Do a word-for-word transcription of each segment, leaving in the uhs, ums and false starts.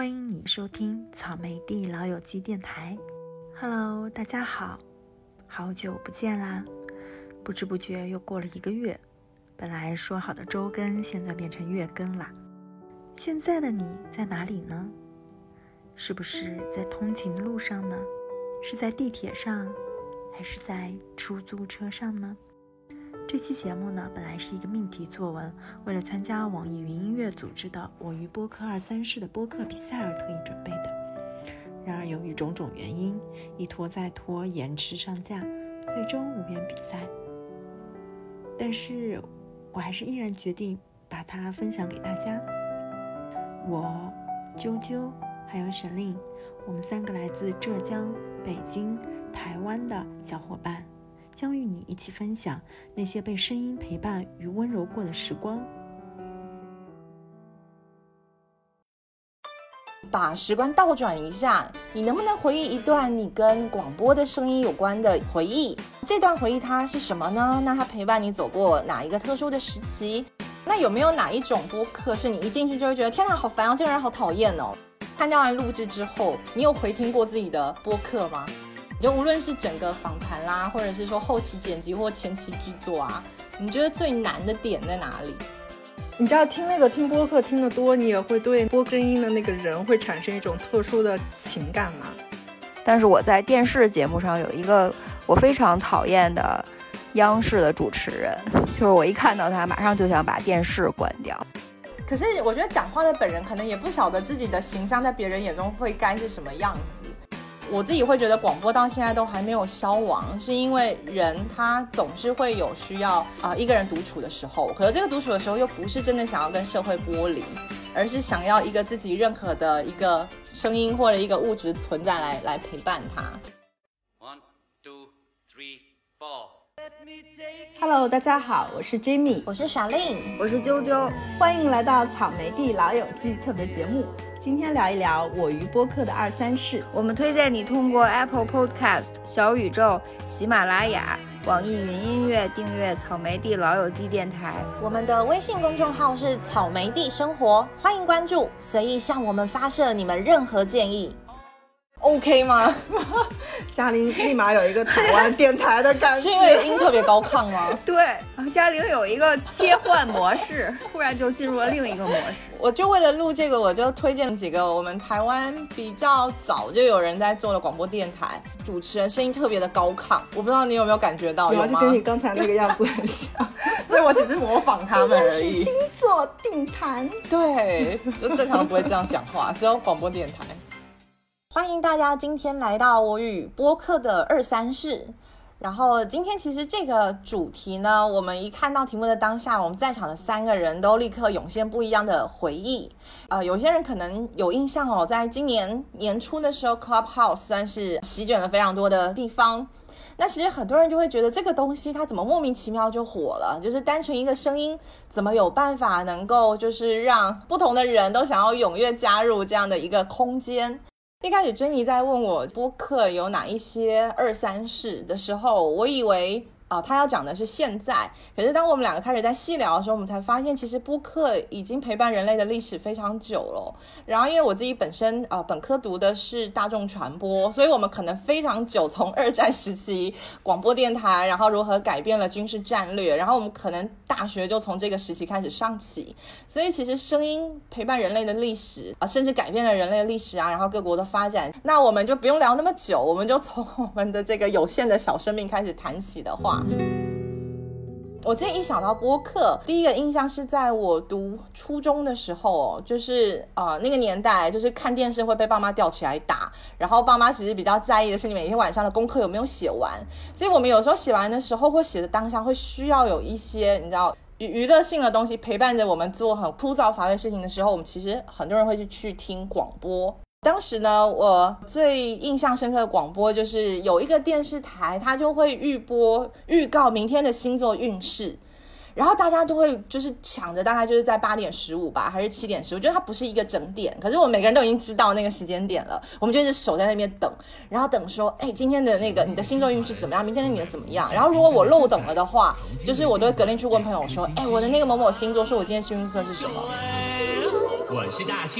欢迎你收听草莓地老友记电台。 Hello， 大家好，好久不见啦，不知不觉又过了一个月，本来说好的周更现在变成月更啦。现在的你在哪里呢？是不是在通勤的路上呢？是在地铁上，还是在出租车上呢？这期节目呢，本来是一个命题作文，为了参加网易云音乐组织的我与播客二三事的播客比赛而特意准备的。然而由于种种原因，一拖再拖，延迟上架，最终无缘比赛。但是我还是依然决定把它分享给大家。我、啾啾还有沈令，我们三个来自浙江、北京、台湾的小伙伴，将与你一起分享那些被声音陪伴与温柔过的时光。 把时光倒转一下，你能不能回忆一段你跟广播的声音有关的回忆？这段回忆它是什么呢？那它陪伴你走过哪一个特殊的时期？那有没有哪一种播客是你一进去就会觉得天哪好烦哦，这个人好讨厌哦？参加完录制之后，你有回听过自己的播客吗？就无论是整个访谈啦，或者是说后期剪辑或前期制作啊，你觉得最难的点在哪里？ 你知道听那个听播客听得多，你也会对播声音的那个人会产生一种特殊的情感吗？ 但是我在电视节目上有一个我非常讨厌的央视的主持人，就是我一看到他马上就想把电视关掉。 可是我觉得讲话的本人可能也不晓得自己的形象在别人眼中会该是什么样子。我自己会觉得广播到现在都还没有消亡，是因为人他总是会有需要啊、呃、一个人独处的时候，可是这个独处的时候又不是真的想要跟社会剥离，而是想要一个自己认可的一个声音或者一个物质存在来来陪伴他。 One, two, three, four。Hello， 大家好，我是 Jamie， 我是傻令， 我是啾啾， 欢迎来到草莓地老友记特别节目。今天聊一聊我与播客的二三事。 我们推荐你通过 Apple Podcast、 小宇宙、喜马拉雅、网易云音乐订阅草莓地老友记电台。 我们的微信公众号是草莓地生活，欢迎关注，随意向我们发射你们任何建议。OK 吗？ 嘉玲立马有一个台湾电台的感觉。 是因为音特别高亢吗？ 对，然后嘉玲有一个切换模式，突然就进入了另一个模式。 我就为了录这个，我就推荐几个我们台湾比较早就有人在做的广播电台，主持人声音特别的高亢，我不知道你有没有感觉到？有吗？ 就跟你刚才那个样子很像。 所以我只是模仿他们而已。 是星座定谈。 对，就正常不会这样讲话，只有广播电台。欢迎大家今天来到我与播客的二三事。然后今天其实这个主题呢，我们一看到题目的当下，我们在场的三个人都立刻涌现不一样的回忆。呃，有些人可能有印象哦，在今年年初的时候 Clubhouse 算是席卷了非常多的地方。那其实很多人就会觉得这个东西它怎么莫名其妙就火了，就是单纯一个声音怎么有办法能够就是让不同的人都想要踊跃加入这样的一个空间。一开始珍妮在问我播客有哪一些二三事的时候，我以为啊、呃，他要讲的是现在。可是当我们两个开始在细聊的时候，我们才发现其实播客已经陪伴人类的历史非常久了。然后因为我自己本身呃本科读的是大众传播，所以我们可能非常久，从二战时期广播电台，然后如何改变了军事战略，然后我们可能大学就从这个时期开始上起。所以其实声音陪伴人类的历史啊、呃，甚至改变了人类的历史啊，然后各国的发展。那我们就不用聊那么久，我们就从我们的这个有限的小生命开始谈起的话。我自己一想到播客，第一个印象是在我读初中的时候，就是呃那个年代，就是看电视会被爸妈吊起来打，然后爸妈其实比较在意的是你每天晚上的功课有没有写完，所以我们有时候写完的时候或写的当下会需要有一些你知道娱乐性的东西陪伴着我们做很枯燥乏味的事情的时候，我们其实很多人会去听广播。当时呢，我最印象深刻的广播就是有一个电视台，它就会预播预告明天的星座运势，然后大家都会就是抢着，大概就是在八点十五吧，还是七点十五，我觉得它不是一个整点，可是我们每个人都已经知道那个时间点了，我们就是守在那边等，然后等说，哎，今天的那个你的星座运势怎么样？明天的你的怎么样？然后如果我漏等了的话，就是我都会隔天去问朋友说，哎，我的那个某某星座说我今天幸运色是什么？ 我是大星。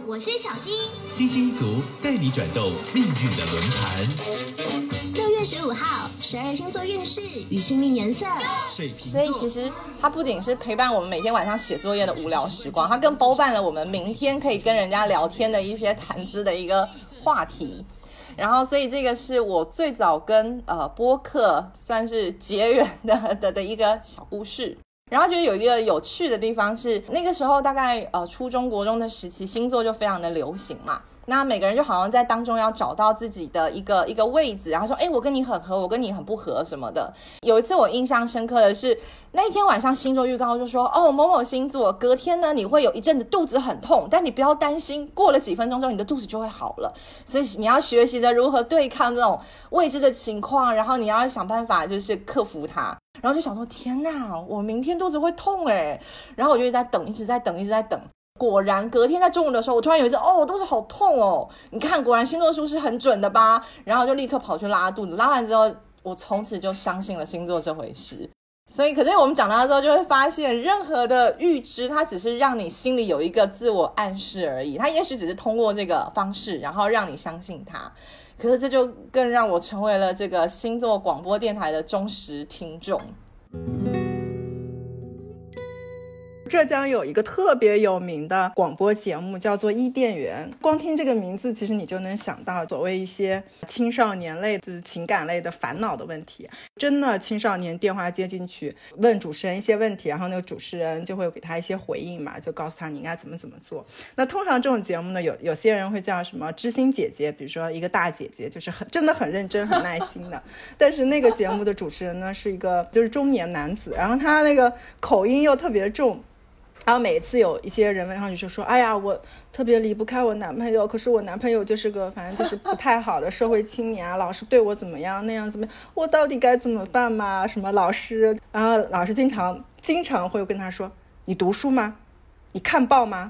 我是小新， 星星一族带你转动命运的轮盘。 六月十五号，十二星座运势与幸运颜色。 所以其实它不仅是陪伴我们每天晚上写作业的无聊时光，它更包办了我们明天可以跟人家聊天的一些谈资的一个话题。然后所以这个是我最早跟呃播客算是结缘的的的一个小故事。然后觉得有一个有趣的地方是，那个时候大概呃初中国中的时期，星座就非常的流行嘛，那每个人就好像在当中要找到自己的一个一个位置，然后说诶我跟你很合，我跟你很不合什么的。有一次我印象深刻的是，那一天晚上星座预告就说，哦某某星座隔天呢你会有一阵子肚子很痛，但你不要担心，过了几分钟之后你的肚子就会好了。所以你要学习着如何对抗这种未知的情况，然后你要想办法就是克服它。然后就想说天哪，我明天肚子会痛诶。然后我就一直在等一直在等一直在等，果然隔天在中午的时候，我突然有一次哦我肚子好痛哦，你看果然星座书是很准的吧。然后就立刻跑去拉肚子，拉完之后我从此就相信了星座这回事。所以可是我们长大之后就会发现，任何的预知它只是让你心里有一个自我暗示而已，它也许只是通过这个方式然后让你相信它。可是这就更让我成为了这个星座广播电台的忠实听众。 浙江有一个特别有名的广播节目叫做伊甸园，光听这个名字其实你就能想到所谓一些青少年类就是情感类的烦恼的问题。真的青少年电话接进去问主持人一些问题，然后那个主持人就会给他一些回应嘛，就告诉他你应该怎么怎么做。那通常这种节目呢，有有些人会叫什么知心姐姐，比如说一个大姐姐就是很真的很认真很耐心的，但是那个节目的主持人呢是一个就是中年男子，然后他那个口音又特别重，然后每一次有一些人问上去就说，哎呀我特别离不开我男朋友，可是我男朋友就是个反正就是不太好的社会青年啊，老是对我怎么样那样怎么样，我到底该怎么办嘛，什么老师。然后老师经常经常会跟他说，你读书吗？你看报吗？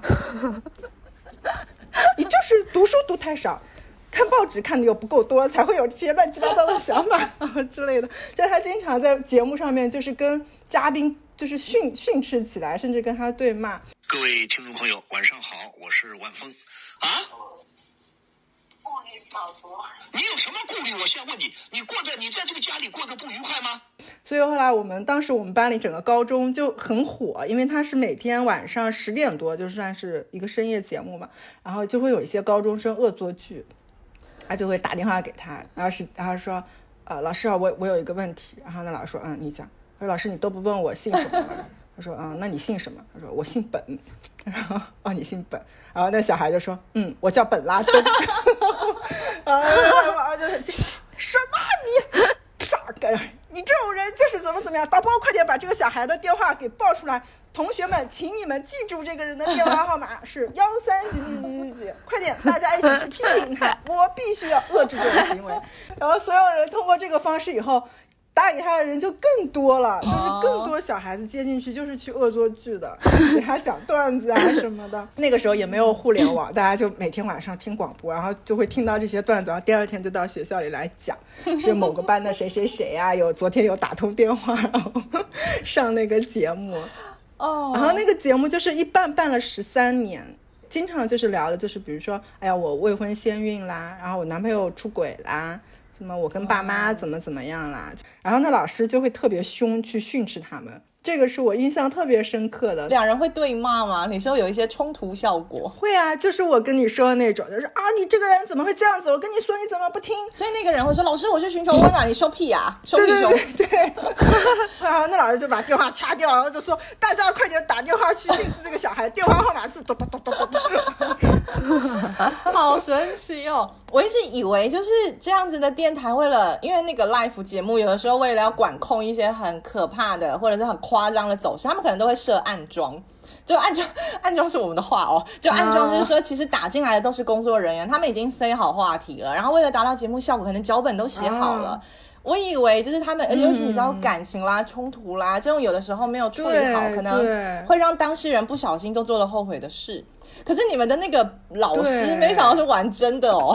你就是读书读太少，看报纸看的又不够多，才会有这些乱七八糟的想法之类的。就他经常在节目上面就是跟嘉宾就是训训斥起来，甚至跟他对骂。 各位听众朋友晚上好，我是万峰啊。顾虑少多，你有什么顾虑？我现在问你，你过得你在这个家里过得不愉快吗？ 所以后来我们当时我们班里整个高中就很火，因为他是每天晚上十点多就算是一个深夜节目嘛，然后就会有一些高中生恶作剧，他就会打电话给他，然后是然后说呃老师啊我我有一个问题，然后那老师说嗯你讲，他说老师你都不问我姓什么吗？他说嗯那你姓什么？他说我姓本。然后哦你姓本，然后那小孩就说嗯我叫本拉登。然后老师就很什么你咋个你这种人就是怎么怎么样，导播快点把这个小孩的电话给报出来，同学们请你们记住这个人的电话号码是幺三几几几几几，快点大家一起去批评他，我必须要遏制这种行为。然后所有人通过这个方式以后打给他的人就更多了，就是更多小孩子接进去就是去恶作剧的，给他讲段子啊什么的。那个时候也没有互联网，大家就每天晚上听广播，然后就会听到这些段子，然后第二天就到学校里来讲，是某个班的谁谁谁啊，有昨天有打通电话，然后上那个节目。哦，然后那个节目就是一办办了十三年。经常就是聊的就是比如说哎呀我未婚先孕啦，然后我男朋友出轨啦，什么我跟爸妈怎么怎么样啦，然后那老师就会特别凶去训斥他们，这个是我印象特别深刻的。 两人会对骂吗？你说有一些冲突效果？ 会啊，就是我跟你说的那种，就是啊你这个人怎么会这样子，我跟你说你怎么不听。 所以那个人会说老师我去寻求温暖，你说屁啊，凶屁凶。 对对对对然后那老师就把电话掐掉，然后就说大家快点打电话去训斥这个小孩，电话号码是咚咚咚咚咚咚。 好神奇哦！我一直以为就是这样子的电台，为了因为那个 live 节目有的时候为了要管控一些很可怕的或者是很夸张的走势，他们可能都会设暗桩。就暗装暗装是我们的话哦，就暗装就是说其实打进来的都是工作人员，他们已经塞好话题了，然后为了达到节目效果可能脚本都写好了。我以为就是他们，而且尤其你知道感情啦、冲突啦，这种有的时候没有处理好，可能会让当事人不小心都做了后悔的事。可是你们的那个老师没想到是玩真的哦。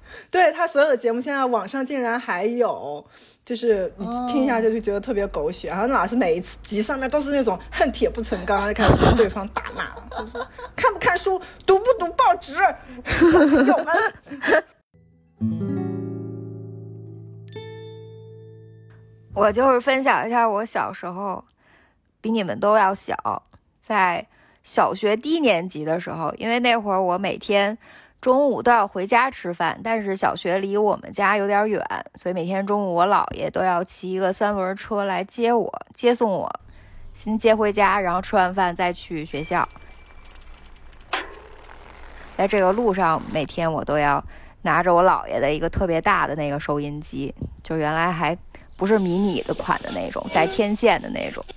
对，他所有的节目现在网上竟然还有，就是你听一下就就觉得特别狗血。然后那老师每一次集上面都是那种恨铁不成钢，就开始跟对方大骂，就是看不看书，读不读报纸，小朋友们。 我就是分享一下我小时候，比你们都要小，在小学低年级的时候，因为那会儿我每天中午都要回家吃饭，但是小学离我们家有点远，所以每天中午我姥爷都要骑一个三轮车来接我，接送我，先接回家，然后吃完饭再去学校。在这个路上，每天我都要拿着我姥爷的一个特别大的那个收音机，就原来还不是迷你的款的那种，带天线的那种，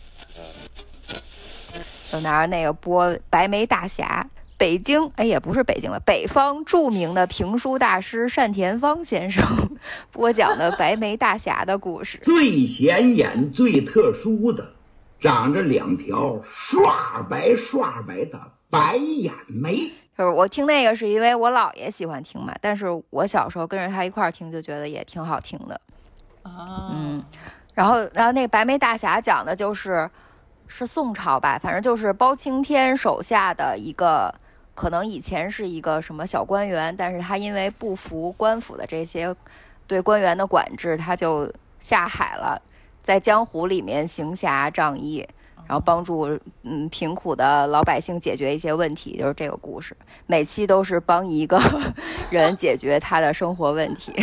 就拿着那个播白眉大侠，北京哎也不是北京了，北方著名的评书大师单田芳先生播讲的白眉大侠的故事。 最显眼最特殊的，长着两条刷白刷白的白眼眉。 就是我听那个是因为我姥爷喜欢听嘛，但是我小时候跟着他一块儿听就觉得也挺好听的。 啊， 嗯，然后然后那个白眉大侠讲的就是是宋朝吧，反正就是包青天手下的一个，可能以前是一个什么小官员，但是他因为不服官府的这些对官员的管制，他就下海了，在江湖里面行侠仗义，然后帮助嗯贫苦的老百姓解决一些问题，就是这个故事，每期都是帮一个人解决他的生活问题。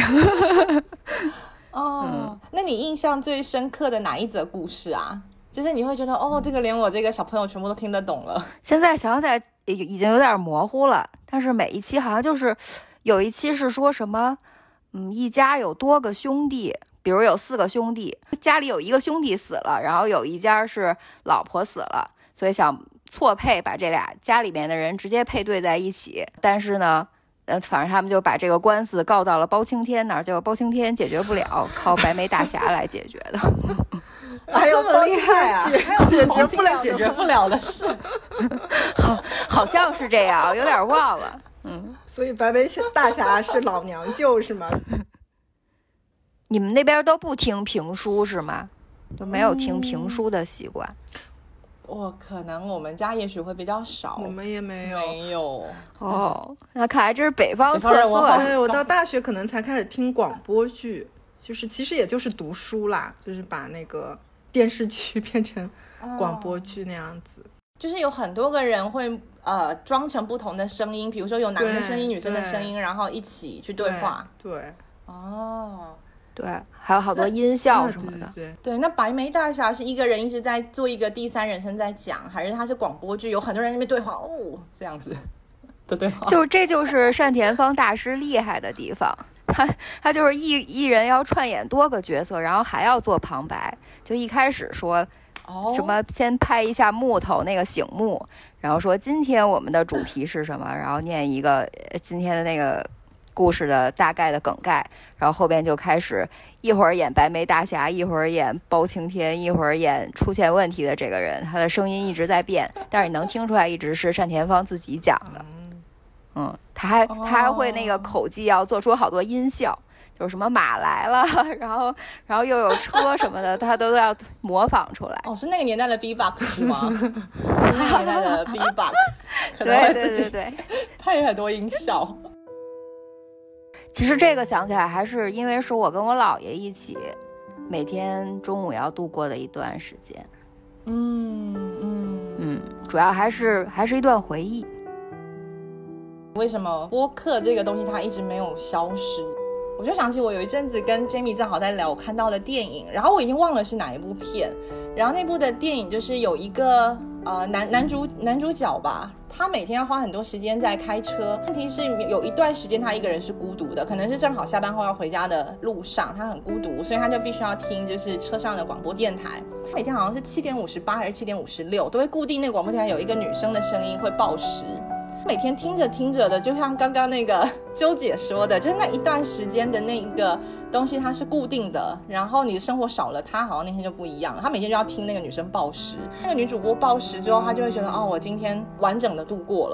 哦、嗯，那你印象最深刻的哪一则故事啊？就是你会觉得哦，这个连我这个小朋友全部都听得懂了。 现在想起来已经有点模糊了，但是每一期好像就是有一期是说什么，嗯，一家有多个兄弟，比如有四个兄弟，家里有一个兄弟死了，然后有一家是老婆死了，所以想错配，把这俩家里面的人直接配对在一起，但是呢。呃，反正他们就把这个官司告到了包青天那儿，结果包青天解决不了，靠白眉大侠来解决的。 还有这么厉害啊！ 还有解决不了解决不了的事， 好，好像是这样，有点忘了。嗯， 所以白眉大侠是老娘舅是吗？ 你们那边都不听评书是吗？就没有听评书的习惯？ 我、哦、可能我们家也许会比较少， 我们也没有， 没有哦。那看来这是北方特色。 对，我到大学可能才开始听广播剧，就是其实也就是读书啦，就是把那个电视剧变成广播剧那样子。哦、 就是有很多个人会呃装成不同的声音，比如说有男的声音、女生的声音，然后一起去对话。 对，对哦。 对，还有好多音效什么的。 对, 对, 对, 对，那白眉大侠是一个人一直在做一个第三人称在讲，还是他是广播剧，有很多人在那边对话哦，这样子的对话？ 就这就是单田芳大师厉害的地方，他他就是一一人要串演多个角色，然后还要做旁白。就一开始说什么先拍一下木头那个醒木，然后说今天我们的主题是什么，然后念一个今天的那个。故事的大概的梗概，然后后边就开始一会儿演白眉大侠，一会儿演包青天，一会儿演出现问题的这个人，他的声音一直在变，但是你能听出来一直是单田芳自己讲的。嗯，他还他还会那个口技要做出好多音效，就是什么马来了，然后然后又有车什么的，他都要模仿出来。 哦，是那个年代的 B-box 吗？就是那个年代的 B-box， 可能会自己配很多音效。 其实这个想起来还是因为是我跟我姥爷一起每天中午要度过的一段时间。 嗯嗯嗯，主要还是还是一段回忆。 为什么播客这个东西它一直没有消失？我就想起我有一阵子跟 Jamie 正好在聊我看到的电影，然后我已经忘了是哪一部片，然后那部的电影就是有一个呃男男主男主角吧，他每天要花很多时间在开车，问题是有一段时间他一个人是孤独的，可能是正好下班后要回家的路上，他很孤独，所以他就必须要听就是车上的广播电台，每天好像是七点五十八还是七点五十六都会固定那个广播电台有一个女生的声音会报时，每天听着听着的，就像刚刚那个周姐说的，就是那一段时间的那一个东西它是固定的，然后你的生活少了它好像那天就不一样了，他每天就要听那个女生报时，那个女主播报时之后他就会觉得哦，我今天完整的度过了，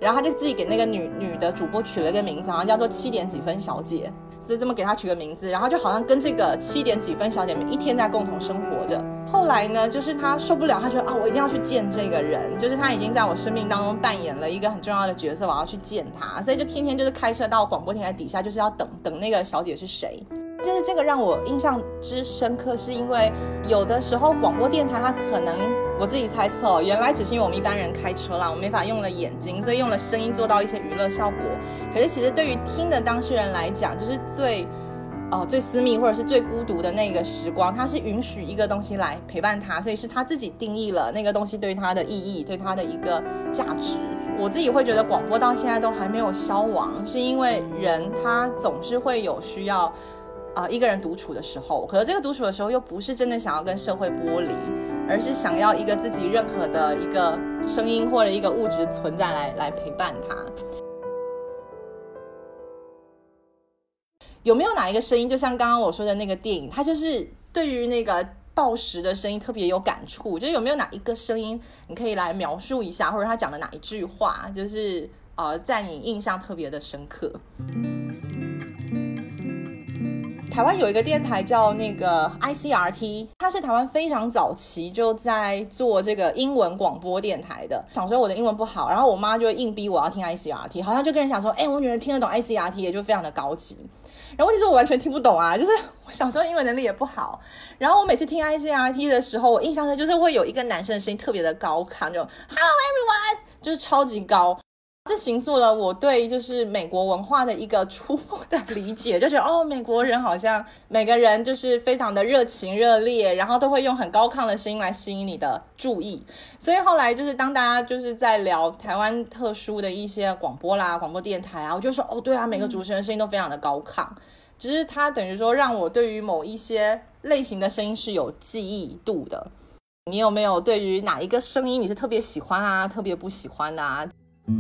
然后他就自己给那个女女的主播取了一个名字，好像叫做七点几分小姐，就这么给她取个名字，然后就好像跟这个七点几分小姐们一天在共同生活着。后来呢，就是他受不了，他觉得啊，我一定要去见这个人，就是他已经在我生命当中扮演了一个很重要的角色，我要去见他，所以就天天就是开车到广播电台底下，就是要等等那个小姐是谁。就是这个让我印象之深刻，是因为有的时候广播电台它可能我自己猜测哦，原来只是因为我们一般人开车啦，我们没法用了眼睛，所以用了声音做到一些娱乐效果。可是其实对于听的当事人来讲，就是最呃最私密或者是最孤独的那个时光，它是允许一个东西来陪伴他，所以是他自己定义了那个东西对他的意义，对他的一个价值。我自己会觉得广播到现在都还没有消亡，是因为人他总是会有需要呃，一个人独处的时候，可是这个独处的时候又不是真的想要跟社会剥离，而是想要一个自己认可的一个声音或者一个物质存在来来陪伴他。有没有哪一个声音，就像刚刚我说的那个电影，它就是对于那个报时的声音特别有感触？就有没有哪一个声音你可以来描述一下，或者他讲的哪一句话，就是呃，在你印象特别的深刻？台湾有一个电台叫那个 I C R T， 它是台湾非常早期就在做这个英文广播电台的。小时候我的英文不好，然后我妈就会硬逼我要听 I C R T， 好像就跟人讲说，哎、欸，我女儿听得懂 I C R T， 也就非常的高级。然后问题是我完全听不懂啊，就是我小时候英文能力也不好。然后我每次听 I C R T 的时候，我印象中就是会有一个男生的声音特别的高亢，就 Hello everyone， 就是超级高。这形塑了我对就是美国文化的一个初步的理解，就觉得哦，美国人好像每个人就是非常的热情热烈，然后都会用很高亢的声音来吸引你的注意。所以后来就是当大家就是在聊台湾特殊的一些广播啦、广播电台啊，我就说哦，对啊，每个主持人声音都非常的高亢，只是它等于说让我对于某一些类型的声音是有记忆度的。你有没有对于哪一个声音你是特别喜欢啊、特别不喜欢的啊？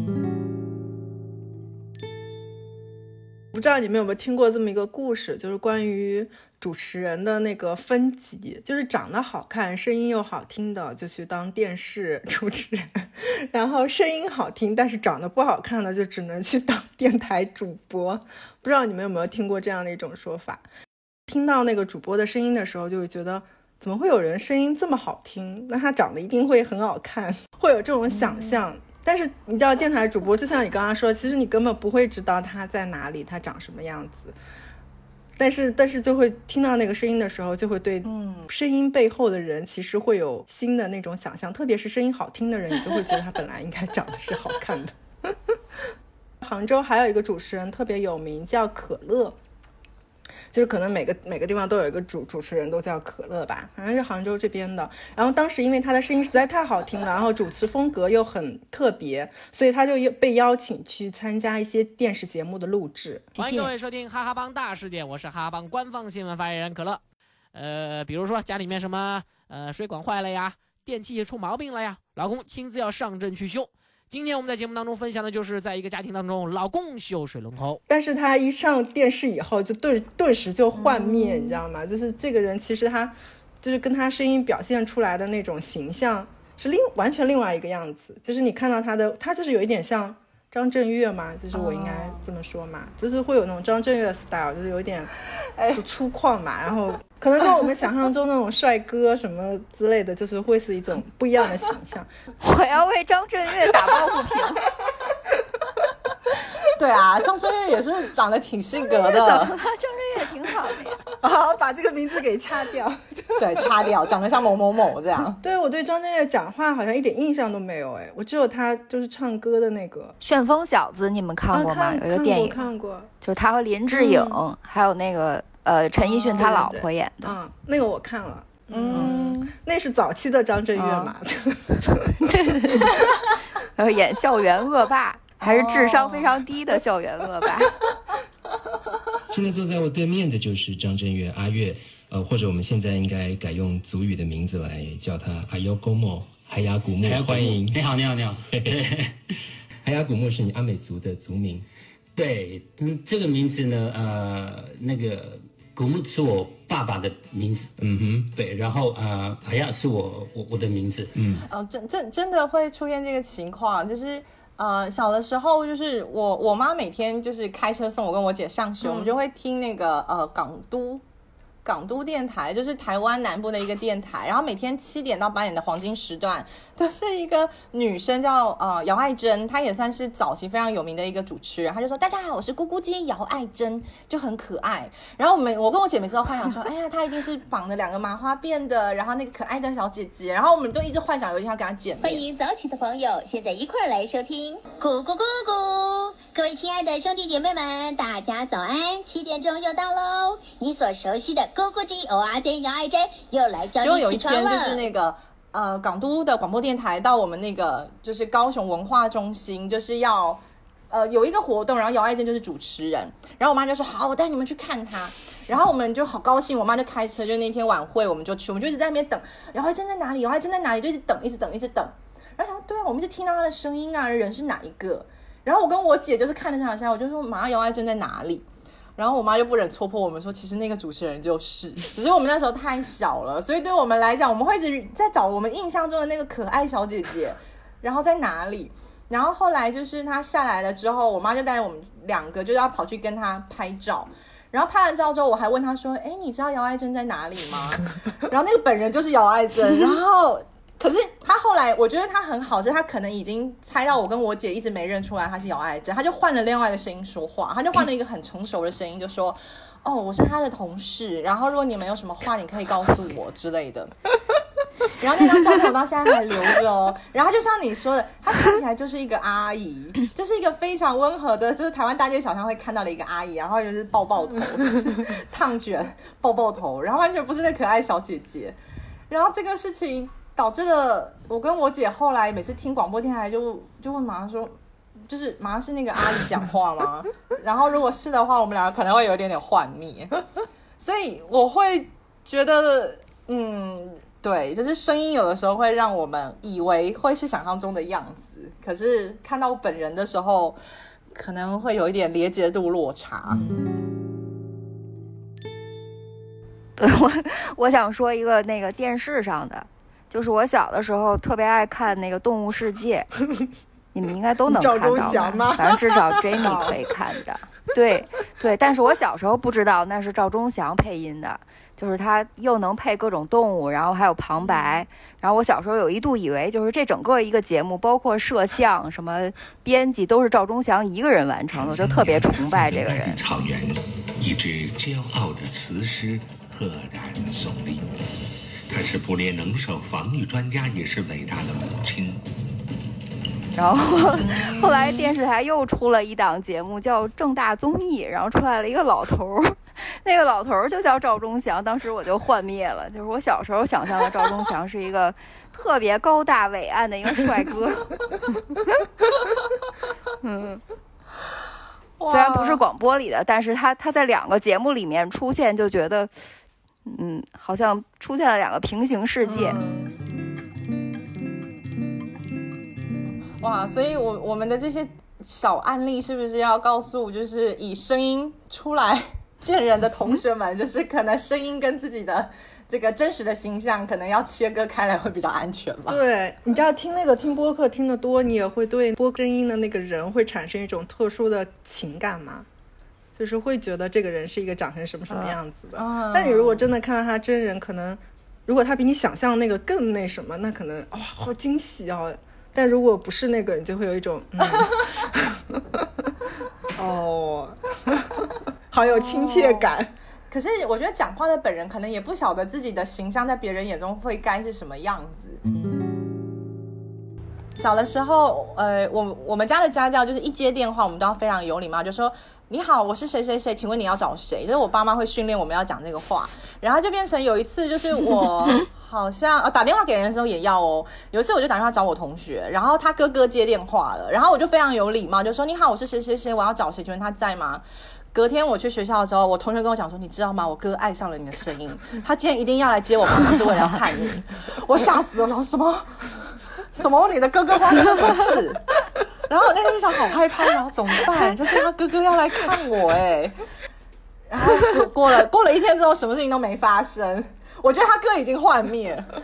不知道你们有没有听过这么一个故事，就是关于主持人的那个分级，就是长得好看声音又好听的就去当电视主持人，然后声音好听但是长得不好看的就只能去当电台主播。不知道你们有没有听过这样的一种说法，听到那个主播的声音的时候就会觉得怎么会有人声音这么好听，那他长得一定会很好看，会有这种想象、嗯但是你知道电台主播就像你刚刚说，其实你根本不会知道他在哪里，他长什么样子，但是但是就会听到那个声音的时候，就会对声音背后的人其实会有新的那种想象，特别是声音好听的人，你就会觉得他本来应该长得是好看的。杭州还有一个主持人特别有名，叫可乐，就是可能每个每个地方都有一个主主持人都叫可乐吧，反正是杭州这边的。然后当时因为他的声音实在太好听了，然后主持风格又很特别，所以他就被邀请去参加一些电视节目的录制。 欢迎各位收听哈哈帮大事件，我是哈哈帮官方新闻发言人可乐。呃，比如说家里面什么呃水管坏了呀，电器出毛病了呀，老公亲自要上阵去修。今天我们在节目当中分享的就是在一个家庭当中老公修水龙头，但是他一上电视以后就顿顿时就幻灭、嗯、你知道吗？就是这个人其实他就是跟他声音表现出来的那种形象是另完全另外一个样子，就是你看到他的他就是有一点像张震岳嘛，就是我应该这么说嘛、哦、就是会有那种张震岳的 style， 就是有一点就粗犷嘛、哎、然后可能跟我们想象中那种帅哥什么之类的就是会是一种不一样的形象。 我要为张震岳打抱不平。 对啊，张震岳也是长得挺性格的。 张震岳挺好的呀。 好，把这个名字给掐掉。 对，掐掉，长得像某某某这样。 对，我对张震岳讲话好像一点印象都没有，哎，我只有他就是唱歌的那个旋风小子，你们看过吗？ 啊、 有一个电影看过， 就是他和林志颖、嗯、还有那个呃陈奕迅他老婆演的。 嗯，那个我看了。嗯，那是早期的张震岳嘛。 然后演校园恶霸，还是智商非常低的校园恶霸。 现在坐在我对面的就是张震岳阿岳，呃，或者我们现在应该改用族语的名字来叫他阿尤公莫海雅古木。欢迎， 你好，你好，你好。 海雅古木是你阿美族的族名。 对，嗯，这个名字呢，呃，那个古木是我爸爸的名字，嗯哼，对，然后呃，海雅是我我我的名字，嗯， 哦，真真真的会出现这个情况，就是。 呃，小的时候就是我我妈每天就是开车送我跟我姐上学，嗯、我们就会听那个呃港都。港都电台就是台湾南部的一个电台，然后每天七点到八点的黄金时段，都是一个女生叫呃姚爱珍，她也算是早期非常有名的一个主持人。她就说：“大家好，我是咕咕鸡姚爱珍，就很可爱。”然后我们我跟我姐每次都幻想说：“哎呀，她一定是绑了两个麻花辫的，然后那个可爱的小姐姐。”然后我们就一直幻想有一天要跟她见面。 欢迎早起的朋友，现在一块来收听咕咕咕咕。各位亲爱的兄弟姐妹们，大家早安！七点钟又到喽，你所熟悉的咕咕鸡 O R Z 姚爱珍又来教你起床了。 结果有一天就是那个呃港都的广播电台到我们那个就是高雄文化中心，就是要呃有一个活动，然后姚爱珍就是主持人，然后我妈就说好，我带你们去看她。然后我们就好高兴，我妈就开车，就那天晚会我们就去，我们就一直在那边等姚爱珍在哪里，姚爱珍在哪里，就一直等，一直等，一直等。然后想说对啊，我们就听到她的声音啊，人是哪一个？然后我跟我姐就是看了这场下，我就说妈，姚爱珍在哪里？然后我妈就不忍戳破我们说，其实那个主持人就是，只是我们那时候太小了，所以对我们来讲，我们会一直在找我们印象中的那个可爱小姐姐，然后在哪里？然后后来就是她下来了之后，我妈就带我们两个就要跑去跟她拍照。然后拍完照之后，我还问她说：“哎，你知道姚爱珍在哪里吗？”然后那个本人就是姚爱珍，然后。可是他后来，我觉得他很好，是他可能已经猜到我跟我姐一直没认出来他是姚爱珍，他就换了另外一个声音说话，他就换了一个很成熟的声音，就说：“哦，我是他的同事，然后如果你们有什么话，你可以告诉我之类的。”然后那张照片我到现在还留着哦。然后就像你说的，她看起来就是一个阿姨，就是一个非常温和的，就是台湾大街小巷会看到的一个阿姨，然后就是抱抱头、烫卷、抱抱头，然后完全不是那可爱小姐姐。然后这个事情。导致了我跟我姐后来每次听广播电台就就问马上说，就是马上是那个阿姨讲话吗？然后如果是的话，我们两个可能会有一点点幻灭。所以我会觉得，嗯，对，就是声音有的时候会让我们以为会是想象中的样子，可是看到本人的时候，可能会有一点连接度落差。 对，我我想说一个那个电视上的。就是我小的时候特别爱看那个《动物世界》，你们应该都能看到吧？反正至少 Jamie 可以看的。对对，但是我小时候不知道那是赵忠祥配音的，就是他又能配各种动物，然后还有旁白。然后我小时候有一度以为，就是这整个一个节目，包括摄像、什么编辑，都是赵忠祥一个人完成的，我就特别崇拜这个人。 草原，一支骄傲的雌狮赫然耸立。他是捕猎能手防御专家，也是伟大的母亲。 然后后来电视台又出了一档节目叫正大综艺，然后出来了一个老头，那个老头就叫赵忠祥，当时我就幻灭了，就是我小时候想象的赵忠祥是一个特别高大伟岸的一个帅哥。嗯，虽然不是广播里的，但是他他在两个节目里面出现，就觉得嗯，好像出现了两个平行世界。嗯、 哇，所以我我们的这些小案例是不是要告诉，就是以声音出来见人的同学们，就是可能声音跟自己的这个真实的形象可能要切割开来会比较安全吧？ 对，你知道听那个听播客听得多，你也会对播声音的那个人会产生一种特殊的情感吗？就是会觉得这个人是一个长成什么什么样子的、uh, 但你如果真的看到他真人，可能如果他比你想象那个更那什么，那可能哇、哦、好惊喜哦。但如果不是那个，你就会有一种嗯哦好有亲切感、oh. 可是我觉得讲话的本人可能也不晓得自己的形象在别人眼中会该是什么样子。小的时候呃，我我们家的家教就是一接电话我们都要非常有礼貌，就说你好，我是谁谁谁，请问你要找谁？就是我爸妈会训练我们要讲这个话，然后就变成有一次就是我好像、啊、打电话给人的时候也要哦。有一次我就打电话找我同学，然后他哥哥接电话了，然后我就非常有礼貌就说你好，我是谁谁谁，我要找谁，请问他在吗？隔天我去学校的时候，我同学跟我讲说，你知道吗？我哥爱上了你的声音，他今天一定要来接我爸妈，是为了要看你。我吓死了，然后什么什么你的哥哥发生了什么事？然后我那天就想好害怕，然后怎么办？就是他哥哥要来看我哎。 然后过过了过了一天之后，什么事情都没发生。我觉得他哥已经幻灭了。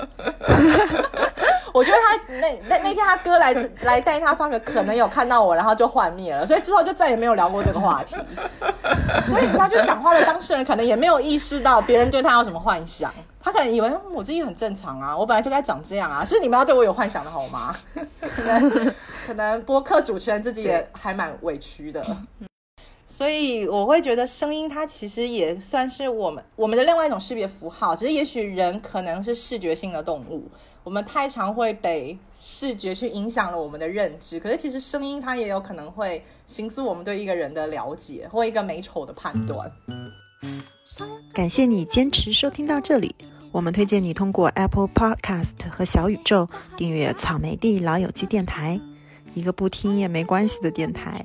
我觉得他那那那天他哥来来带他放学，可能有看到我，然后就幻灭了，所以之后就再也没有聊过这个话题。所以他就讲话的当事人可能也没有意识到别人对他有什么幻想，他可能以为我自己很正常啊，我本来就该长这样啊，是你们要对我有幻想的好吗？可能可能播客主持人自己也还蛮委屈的。所以我会觉得声音它其实也算是我们我们的另外一种识别符号，只是也许人可能是视觉性的动物，我们太常会被视觉去影响了我们的认知，可是其实声音它也有可能会形塑我们对一个人的了解或一个美丑的判断。 感谢你坚持收听到这里，我们推荐你通过 Apple Podcast 和小宇宙订阅草莓地老友记电台，一个不听也没关系的电台。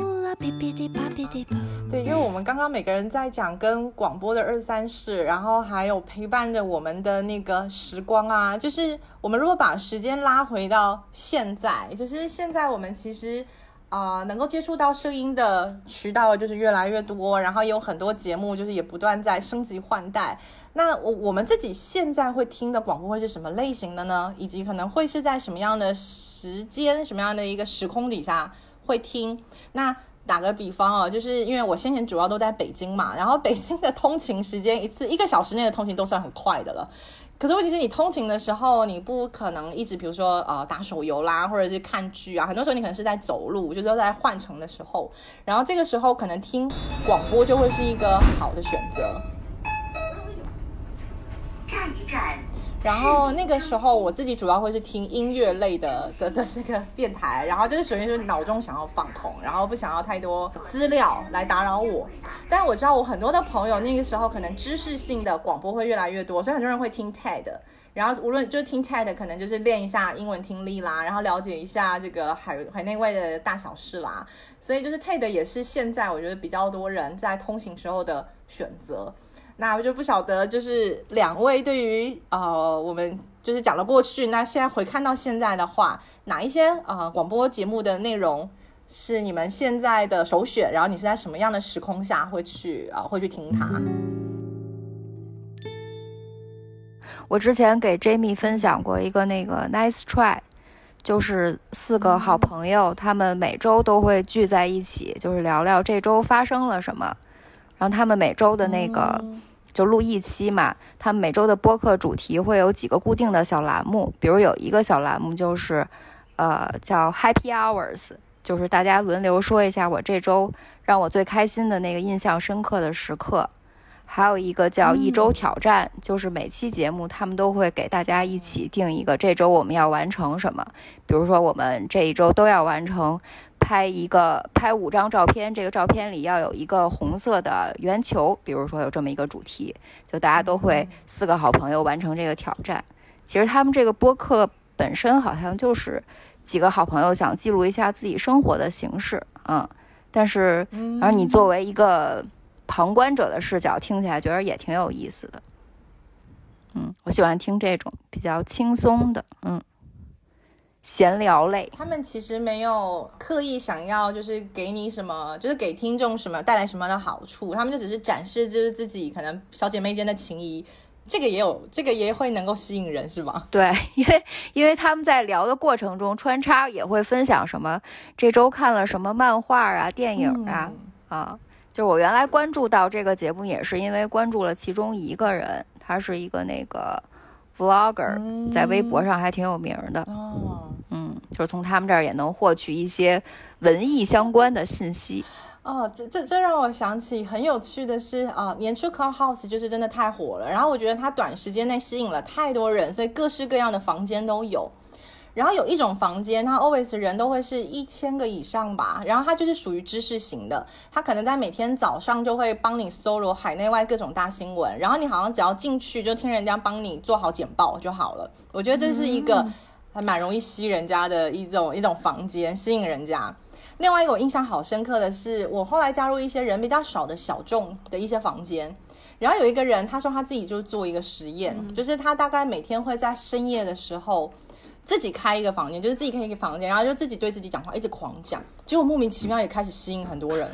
对，因为我们刚刚每个人在讲跟广播的二三事，然后还有陪伴着我们的那个时光啊，就是我们如果把时间拉回到现在，就是现在我们其实啊、呃，能够接触到声音的渠道就是越来越多，然后也有很多节目就是也不断在升级换代。那我我们自己现在会听的广播会是什么类型的呢？以及可能会是在什么样的时间、什么样的一个时空底下会听？那打个比方哦，就是因为我先前主要都在北京嘛，然后北京的通勤时间一次一个小时内的通勤都算很快的了。可是问题是你通勤的时候，你不可能一直比如说呃打手游啦，或者是看剧啊，很多时候你可能是在走路，就是在换乘的时候，然后这个时候可能听广播就会是一个好的选择。下一站。然后那个时候我自己主要会是听音乐类的的的这个电台，然后就是属于是脑中想要放空，然后不想要太多资料来打扰我。但我知道我很多的朋友那个时候可能知识性的广播会越来越多，所以很多人会听 T E D， 然后无论就是听 T E D 可能就是练一下英文听力啦，然后了解一下这个海海内外的大小事啦，所以就是 T E D 也是现在我觉得比较多人在通行时候的选择。那我就不晓得，就是两位对于呃我们就是讲了过去，那现在回看到现在的话，哪一些呃广播节目的内容是你们现在的首选？然后你是在什么样的时空下会去呃会去听它？ 我之前给 Jamie 分享过一个那个 Nice Try， 就是四个好朋友，他们每周都会聚在一起，就是聊聊这周发生了什么。然后他们每周的那个就录一期嘛，他们每周的播客主题会有几个固定的小栏目，比如有一个小栏目就是呃叫 Happy Hours， 就是大家轮流说一下我这周让我最开心的那个印象深刻的时刻。还有一个叫一周挑战、嗯、就是每期节目他们都会给大家一起定一个这周我们要完成什么，比如说我们这一周都要完成拍一个拍五张照片，这个照片里要有一个红色的圆球，比如说有这么一个主题，就大家都会四个好朋友完成这个挑战。其实他们这个播客本身好像就是几个好朋友想记录一下自己生活的形式，嗯，但是而你作为一个旁观者的视角听起来觉得也挺有意思的。嗯，我喜欢听这种比较轻松的，嗯。闲聊类， 他们其实没有刻意想要就是给你什么，就是给听众什么带来什么的好处，他们就只是展示就是自己可能小姐妹间的情谊，这个也有，这个也会能够吸引人，是吧？ 对，因为因为他们在聊的过程中穿插也会分享什么这周看了什么漫画啊、电影啊、嗯、啊，就是我原来关注到这个节目也是因为关注了其中一个人，他是一个那个vlogger， 在微博上还挺有名的。哦，嗯，就是从他们这儿也能获取一些文艺相关的信息。 哦，这这这让我想起很有趣的是啊、呃，年初 Clubhouse 就是真的太火了，然后我觉得它短时间内吸引了太多人，所以各式各样的房间都有。然后有一种房间，它 always 人都会是一千个以上吧，然后它就是属于知识型的，它可能在每天早上就会帮你搜罗海内外各种大新闻，然后你好像只要进去就听人家帮你做好简报就好了。我觉得这是一个还蛮容易吸人家的一种一种房间，吸引人家。另外一个我印象好深刻的是，我后来加入一些人比较少的小众的一些房间，然后有一个人他说他自己就做一个实验、嗯、就是他大概每天会在深夜的时候自己开一个房间，就是自己开一个房间，然后就自己对自己讲话，一直狂讲，结果莫名其妙也开始吸引很多人了。就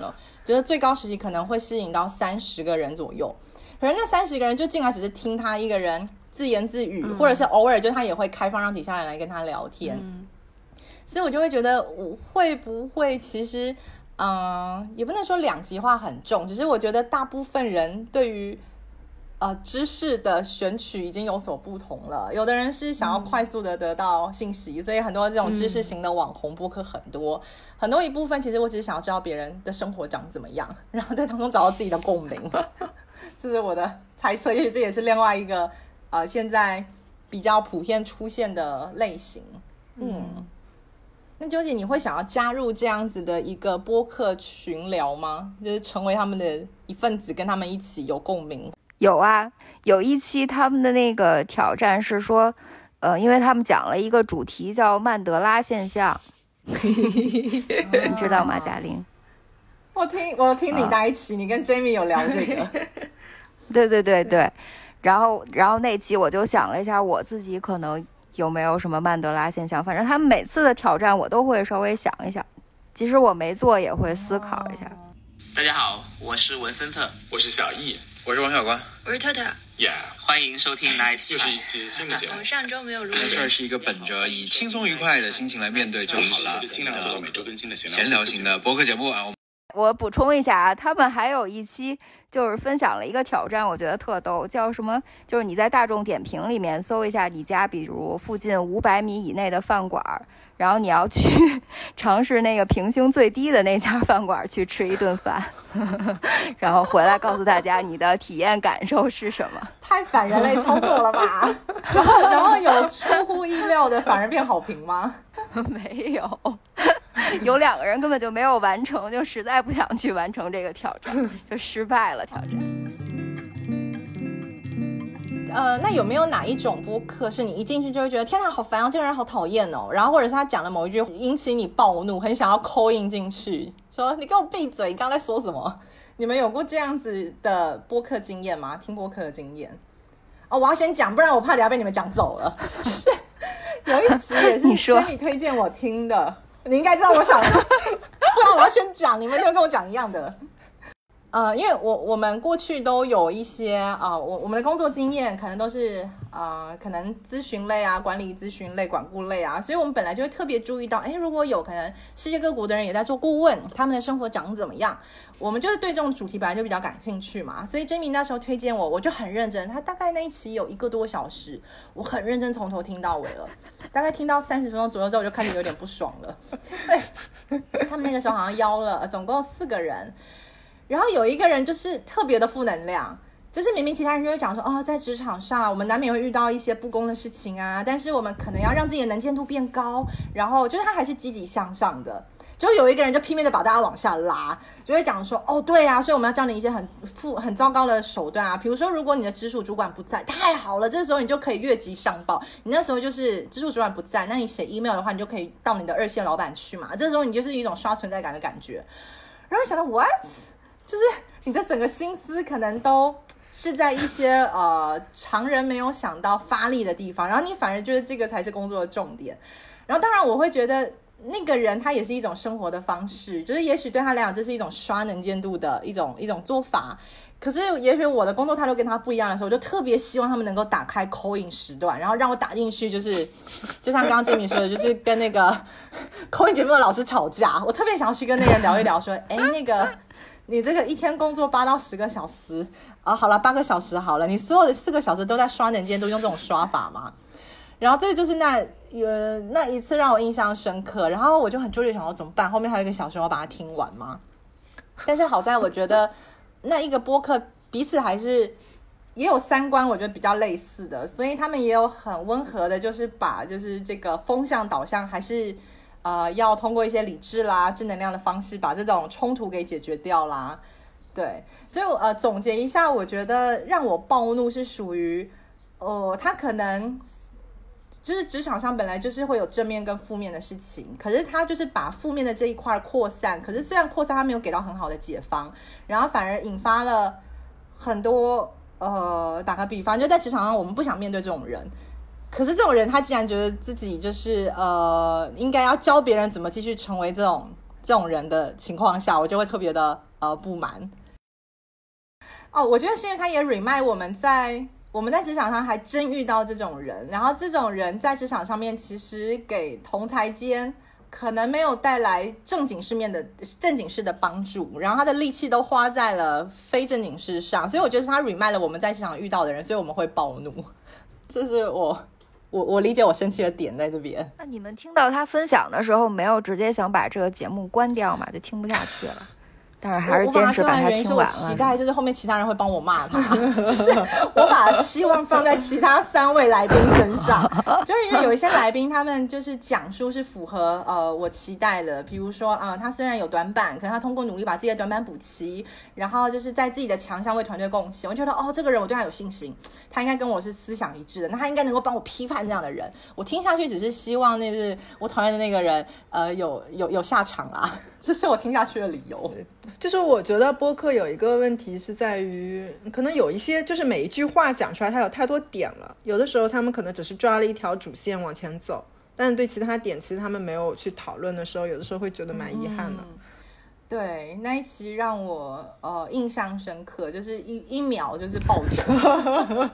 就是最高时期可能会吸引到三十个人左右。可是那三十个人就进来只是听他一个人自言自语，嗯、或者是偶尔就他也会开放让底下人来跟他聊天。嗯、所以我就会觉得，我会不会其实，嗯、呃，也不能说两极化很重，只是我觉得大部分人对于呃知识的选取已经有所不同了。有的人是想要快速的得到信息，嗯、所以很多这种知识型的网红播客很多，嗯、很多一部分其实我只是想要知道别人的生活长怎么样，然后在当中找到自己的共鸣。这是我的猜测，也许这也是另外一个呃现在比较普遍出现的类型。嗯，嗯那究竟你会想要加入这样子的一个播客群聊吗？就是成为他们的一份子，跟他们一起有共鸣？ 有啊，有一期他们的那个挑战是说，呃，因为他们讲了一个主题叫曼德拉现象，你知道吗，嘉玲？ 我听我听你那一期，啊、你跟 Jamie 有聊这个。 对对对对，然后然后那期我就想了一下，我自己可能有没有什么曼德拉现象。反正他们每次的挑战我都会稍微想一想，即使我没做也会思考一下。哦、 大家好，我是文森特， 我是小易，我是王小光， 我是特特。 Yeah， 欢迎收听 Nice， 又是一期新的节目。 我上周没有录。 这事儿是一个本着以轻松愉快的心情来面对就好了，尽量做到每周更新的闲聊型的播客节目啊。 我补充一下啊，他们还有一期就是分享了一个挑战，我觉得特逗，叫什么？就是你在大众点评里面搜一下你家比如附近五百米以内的饭馆，然后你要去尝试那个评星最低的那家饭馆去吃一顿饭，然后回来告诉大家你的体验感受是什么。 太反人类操作了吧？然后然后有出乎意料的反而变好评吗？ 没有。有两个人根本就没有完成，就实在不想去完成这个挑战，就失败了挑战。 呃，那有没有哪一种播客是你一进去就会觉得天哪好烦哦，这个人好讨厌哦，然后或者是他讲了某一句引起你暴怒，很想要 call in 进去说你给我闭嘴，你刚才在说什么？你们有过这样子的播客经验吗？听播客的经验？哦，我要先讲，不然我怕等下被你们讲走了。就是有一期也是 Jamie 推荐我听的，你应该知道我想，不然我要先讲，你们就跟我讲一样的。呃，因为我我们过去都有一些啊、呃，我我们的工作经验可能都是啊、呃，可能咨询类啊、管理咨询类、管顾类啊，所以我们本来就会特别注意到，哎，如果有可能世界各国的人也在做顾问，他们的生活长怎么样，我们就是对这种主题本来就比较感兴趣嘛。所以 Jamie 那时候推荐我，我就很认真，他大概那一期有一个多小时，我很认真从头听到尾了，大概听到三十分钟左右之后，我就开始有点不爽了。对，他们那个时候好像邀了总共四个人。然后有一个人就是特别的负能量，就是明明其他人就会讲说，哦，在职场上我们难免会遇到一些不公的事情啊，但是我们可能要让自己的能见度变高，然后就是他还是积极向上的。就有一个人就拼命的把大家往下拉，就会讲说，哦，对啊，所以我们要教你一些很负很糟糕的手段啊，比如说如果你的直属主管不在，太好了，这时候你就可以越级上报。你那时候就是直属主管不在，那你写 email 的话，你就可以到你的二线老板去嘛，这时候你就是一种刷存在感的感觉。然后想到 what？就是你的整个心思可能都是在一些呃常人没有想到发力的地方，然后你反而觉得这个才是工作的重点。然后当然我会觉得那个人他也是一种生活的方式，就是也许对他来讲这是一种刷能见度的一种一种做法，可是也许我的工作态度跟他不一样的时候，我就特别希望他们能够打开 call in 时段，然后让我打进去，就是就像刚刚Jamie说的，就是跟那个 call in 节目的老师吵架，我特别想要去跟那个人聊一聊说，哎，那个你这个一天工作八到十个小时啊，好了，八个小时好了，你所有的四个小时都在刷能见度，用这种刷法嘛？然后这个就是那呃那一次让我印象深刻，然后我就很纠结，想说怎么办？后面还有一个小时，我要把它听完吗？但是好在我觉得那一个播客彼此还是也有三观，我觉得比较类似的，所以他们也有很温和的，就是把就是这个风向导向还是。呃，要通过一些理智啦、正能量的方式，把这种冲突给解决掉啦。对，所以呃，总结一下，我觉得让我暴怒是属于，呃，他可能就是职场上本来就是会有正面跟负面的事情，可是他就是把负面的这一块扩散，可是虽然扩散，他没有给到很好的解方，然后反而引发了很多呃，打个比方，就在职场上，我们不想面对这种人。可是这种人他既然觉得自己就是呃应该要教别人怎么继续成为这种这种人的情况下，我就会特别的呃不满。哦，我觉得是因为他也 remind 我们在我们在职场上还真遇到这种人，然后这种人在职场上面其实给同才间可能没有带来正经事面的正经事的帮助，然后他的力气都花在了非正经事上，所以我觉得是他 remind 了我们在职场遇到的人，所以我们会暴怒。这是我我我理解我生气的点在这边。 那你们听到他分享的时候，没有直接想把这个节目关掉吗？就听不下去了？但是还是坚持把它听完了。 我期待就是后面其他人会帮我骂他，就是我把希望放在其他三位来宾身上，就是因为有一些来宾他们就是讲述是符合呃我期待的，比如说呃他虽然有短板，可是他通过努力把自己的短板补齐，然后就是在自己的强项为团队贡献，我觉得哦这个人我对他有信心，他应该跟我是思想一致的，那他应该能够帮我批判这样的人，我听下去只是希望那是我讨厌的那个人呃有有有下场啦，这是我听下去的理由。 就是我觉得播客有一个问题是在于，可能有一些就是每一句话讲出来它有太多点了，有的时候他们可能只是抓了一条主线往前走，但是对其他点其实他们没有去讨论的时候，有的时候会觉得蛮遗憾的。 嗯，对，那一期让我呃印象深刻，就是一一秒就是暴走。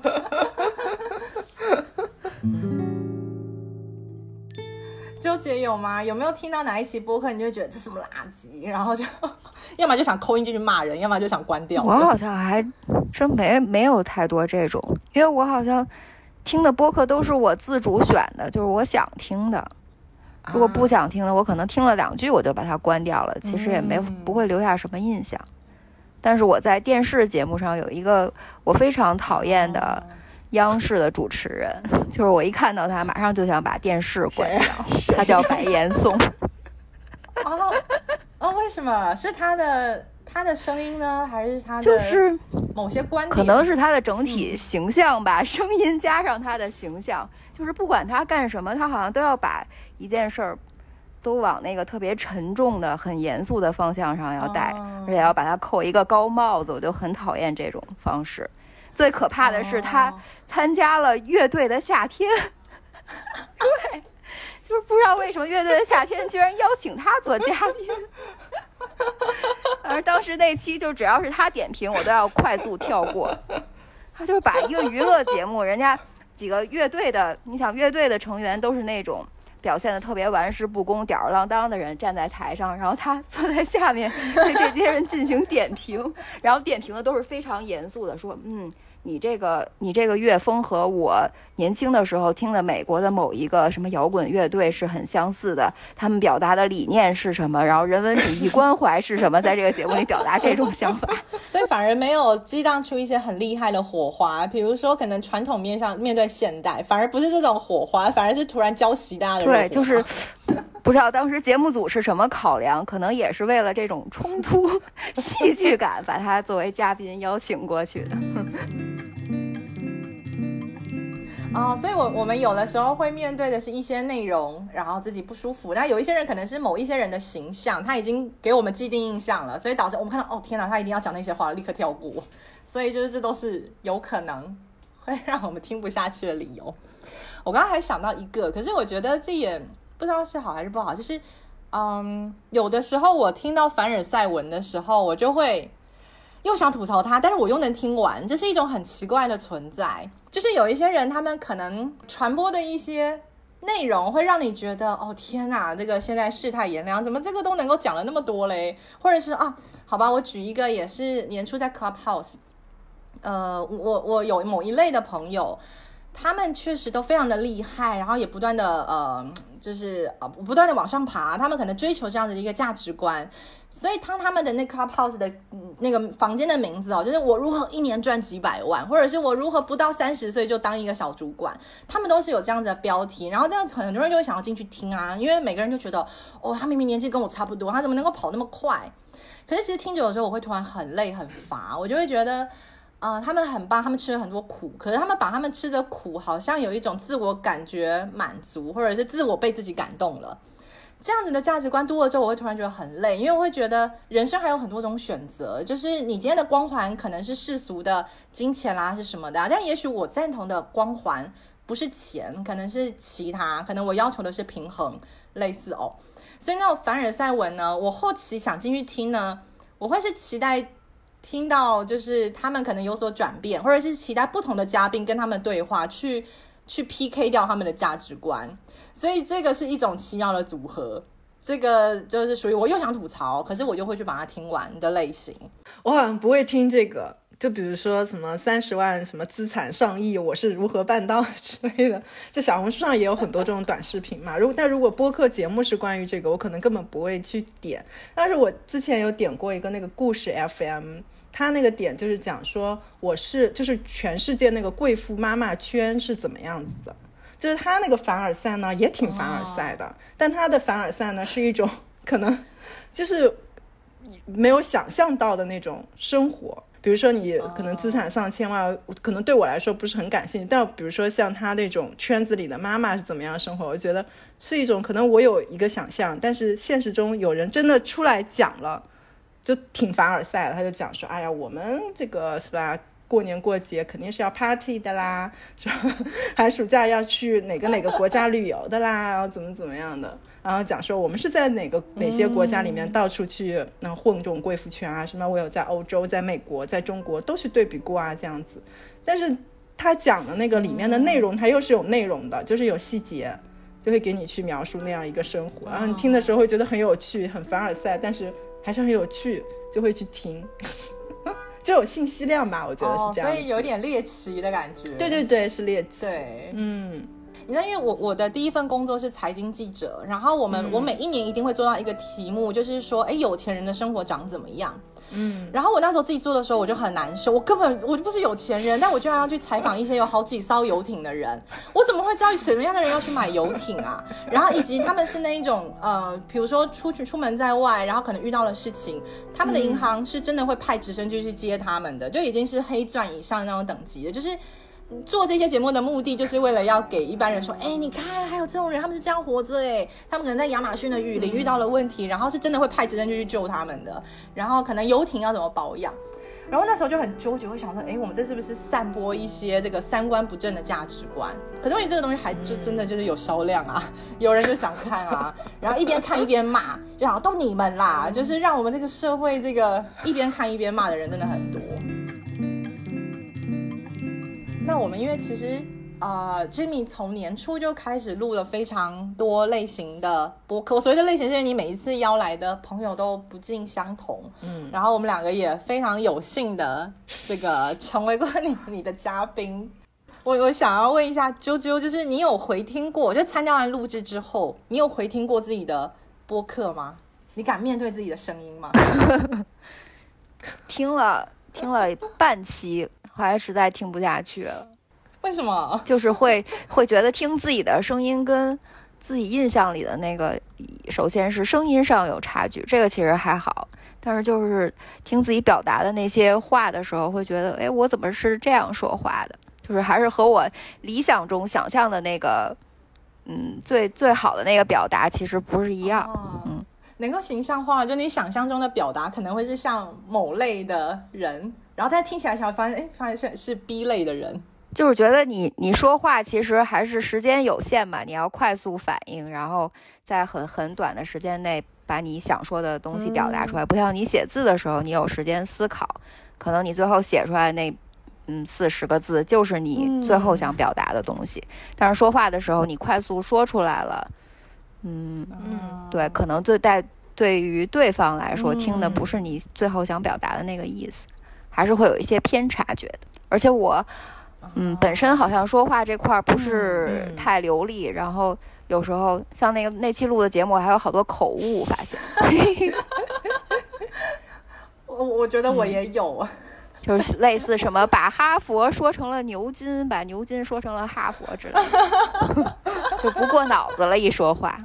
纠结有吗？有没有听到哪一期播客你就会觉得这是什么垃圾，然后就要么就想扣音进去骂人，要么就想关掉。 我好像还真没没有太多这种，因为我好像听的播客都是我自主选的，就是我想听的，如果不想听的我可能听了两句我就把它关掉了，其实也没、嗯、不会留下什么印象。但是我在电视节目上有一个我非常讨厌的央视的主持人，就是我一看到他马上就想把电视关掉，他叫白岩松。 哦哦，为什么是他的他的声音呢，还是他的就是某些观点？ 可能是他的整体形象吧、嗯、声音加上他的形象，就是不管他干什么他好像都要把一件事儿都往那个特别沉重的很严肃的方向上要带、哦、而且要把它扣一个高帽子，我就很讨厌这种方式。最可怕的是他参加了乐队的夏天、哦、对，就是不知道为什么乐队的夏天居然邀请他做嘉宾。而当时那期就只要是他点评我都要快速跳过，他就是把一个娱乐节目，人家几个乐队的，你想乐队的成员都是那种表现的特别玩世不恭吊儿郎当的人站在台上，然后他坐在下面对这些人进行点评，然后点评的都是非常严肃的说，嗯你这个你这个乐风和我年轻的时候听的美国的某一个什么摇滚乐队是很相似的，他们表达的理念是什么，然后人文主义关怀是什么，在这个节目里表达这种想法。 所以反而没有激荡出一些很厉害的火花，比如说可能传统面向面对现代，反而不是这种火花，反而是突然浇熄大家的热火花。 对，就是不知道当时节目组是什么考量，可能也是为了这种冲突戏剧感把他作为嘉宾邀请过去的。 哦，所以我我们有的时候会面对的是一些内容，然后自己不舒服。那有一些人可能是某一些人的形象，他已经给我们既定印象了，所以导致我们看到哦天哪，他一定要讲那些话，立刻跳过。所以就是这都是有可能会让我们听不下去的理由。我刚刚还想到一个，可是我觉得这也不知道是好还是不好，就是嗯，有的时候我听到凡尔赛文的时候，我就会又想吐槽他，但是我又能听完，这是一种很奇怪的存在。就是有一些人他们可能传播的一些内容会让你觉得哦天哪，这个现在世态炎凉，怎么这个都能够讲了那么多嘞？或者是啊，好吧，我举一个也是年初在 Clubhouse， 呃，我我有某一类的朋友，他们确实都非常的厉害，然后也不断的呃，就是呃不断的往上爬，他们可能追求这样的一个价值观，所以当他们的那 Clubhouse 的、嗯、那个房间的名字哦，就是我如何一年赚几百万，或者是我如何不到三十岁就当一个小主管，他们都是有这样子的标题，然后这样很多人就会想要进去听啊，因为每个人就觉得哦，他明明年纪跟我差不多，他怎么能够跑那么快？可是其实听久的时候，我会突然很累很乏，我就会觉得。呃，他们很棒，他们吃了很多苦，可是他们把他们吃的苦好像有一种自我感觉满足，或者是自我被自己感动了，这样子的价值观多了之后，我会突然觉得很累，因为我会觉得人生还有很多种选择，就是你今天的光环可能是世俗的金钱啦是什么的、啊、但也许我赞同的光环不是钱，可能是其他，可能我要求的是平衡，类似哦。所以那种凡尔赛文呢，我后期想进去听呢， 我会是期待听到就是他们可能有所转变，或者是期待不同的嘉宾跟他们对话，去去 P K 掉他们的价值观，所以这个是一种奇妙的组合。这个就是属于我又想吐槽，可是我又会去把它听完的类型。 我好像不会听这个，就比如说什么三十万什么资产上亿我是如何办到之类的，就小红书上也有很多这种短视频嘛。如但如果播客节目是关于这个，我可能根本不会去点。但是我之前有点过一个那个故事 F M， 它那个点就是讲说我是就是全世界那个贵妇妈妈圈是怎么样子的，就是他那个凡尔赛呢也挺凡尔赛的、哦、但他的凡尔赛呢是一种可能就是没有想象到的那种生活。比如说你可能资产上千万、哦、可能对我来说不是很感兴趣，但比如说像他那种圈子里的妈妈是怎么样生活，我觉得是一种可能我有一个想象，但是现实中有人真的出来讲了就挺凡尔赛的。他就讲说哎呀我们这个是吧过年过节肯定是要 party 的啦，寒暑假要去哪个哪个国家旅游的啦，然后怎么怎么样的，然后讲说我们是在哪个哪些国家里面到处去那混这种贵妇圈啊，什么我有在欧洲在美国在中国都去对比过啊这样子。但是他讲的那个里面的内容他又是有内容的，就是有细节，就会给你去描述那样一个生活，然后你听的时候会觉得很有趣很凡尔赛，但是还是很有趣，就会去听就有信息量吧，我觉得是这样、哦、 所以有点猎奇的感觉。 对对对，是猎奇。 对， 嗯， 你知道因为我我的第一份工作是财经记者，然后我们、嗯、我每一年一定会做到一个题目，就是说哎，有钱人的生活长怎么样。嗯，然后我那时候自己做的时候我就很难受，我根本我不是有钱人，但我居然要去采访一些有好几艘游艇的人，我怎么会知道什么样的人要去买游艇啊？然后以及他们是那一种呃，比如说出去出门在外，然后可能遇到了事情，他们的银行是真的会派直升机去接他们的，就已经是黑钻以上那种等级的。就是做这些节目的目的就是为了要给一般人说哎，你看还有这种人，他们是这样活着哎，他们可能在亚马逊的雨林遇到了问题，然后是真的会派直升机去救他们的，然后可能游艇要怎么保养。然后那时候就很纠结，会想说哎，我们这是不是散播一些这个三观不正的价值观？可是问题这个东西还就真的就是有销量啊，有人就想看啊，然后一边看一边骂，就想都你们啦，就是让我们这个社会这个一边看一边骂的人真的很多。那我们因为其实呃 Jimmy 从年初就开始录了非常多类型的播客，我所谓的类型是因为你每一次邀来的朋友都不尽相同，嗯，然后我们两个也非常有幸的这个成为过你你的嘉宾。我我想要问一下啾啾，就是你有回听过就参加完录制之后你有回听过自己的播客吗？你敢面对自己的声音吗？ 听了听了半期后来实在听不下去了。 为什么？ 就是会会觉得听自己的声音跟自己印象里的那个，首先是声音上有差距，这个其实还好，但是就是听自己表达的那些话的时候会觉得哎，我怎么是这样说话的，就是还是和我理想中想象的那个嗯最最好的那个表达其实不是一样、哦、嗯， 能够形象化，就你想象中的表达可能会是像某类的人，然后但听起来才发现哎，发现是 B 类的人。 就是觉得你你说话其实还是时间有限嘛，你要快速反应，然后在很很短的时间内把你想说的东西表达出来、嗯、不像你写字的时候你有时间思考，可能你最后写出来那嗯四十个字就是你最后想表达的东西、嗯、但是说话的时候你快速说出来了，嗯嗯，对，可能对待对于对方来说、嗯、听的不是你最后想表达的那个意思，还是会有一些偏差觉的。而且我嗯，本身好像说话这块不是太流利、嗯嗯、然后有时候像那个那期录的节目还有好多口误发现我我觉得我也有、嗯、 就是类似什么把哈佛说成了牛津，把牛津说成了哈佛之类的就不过脑子了一说话。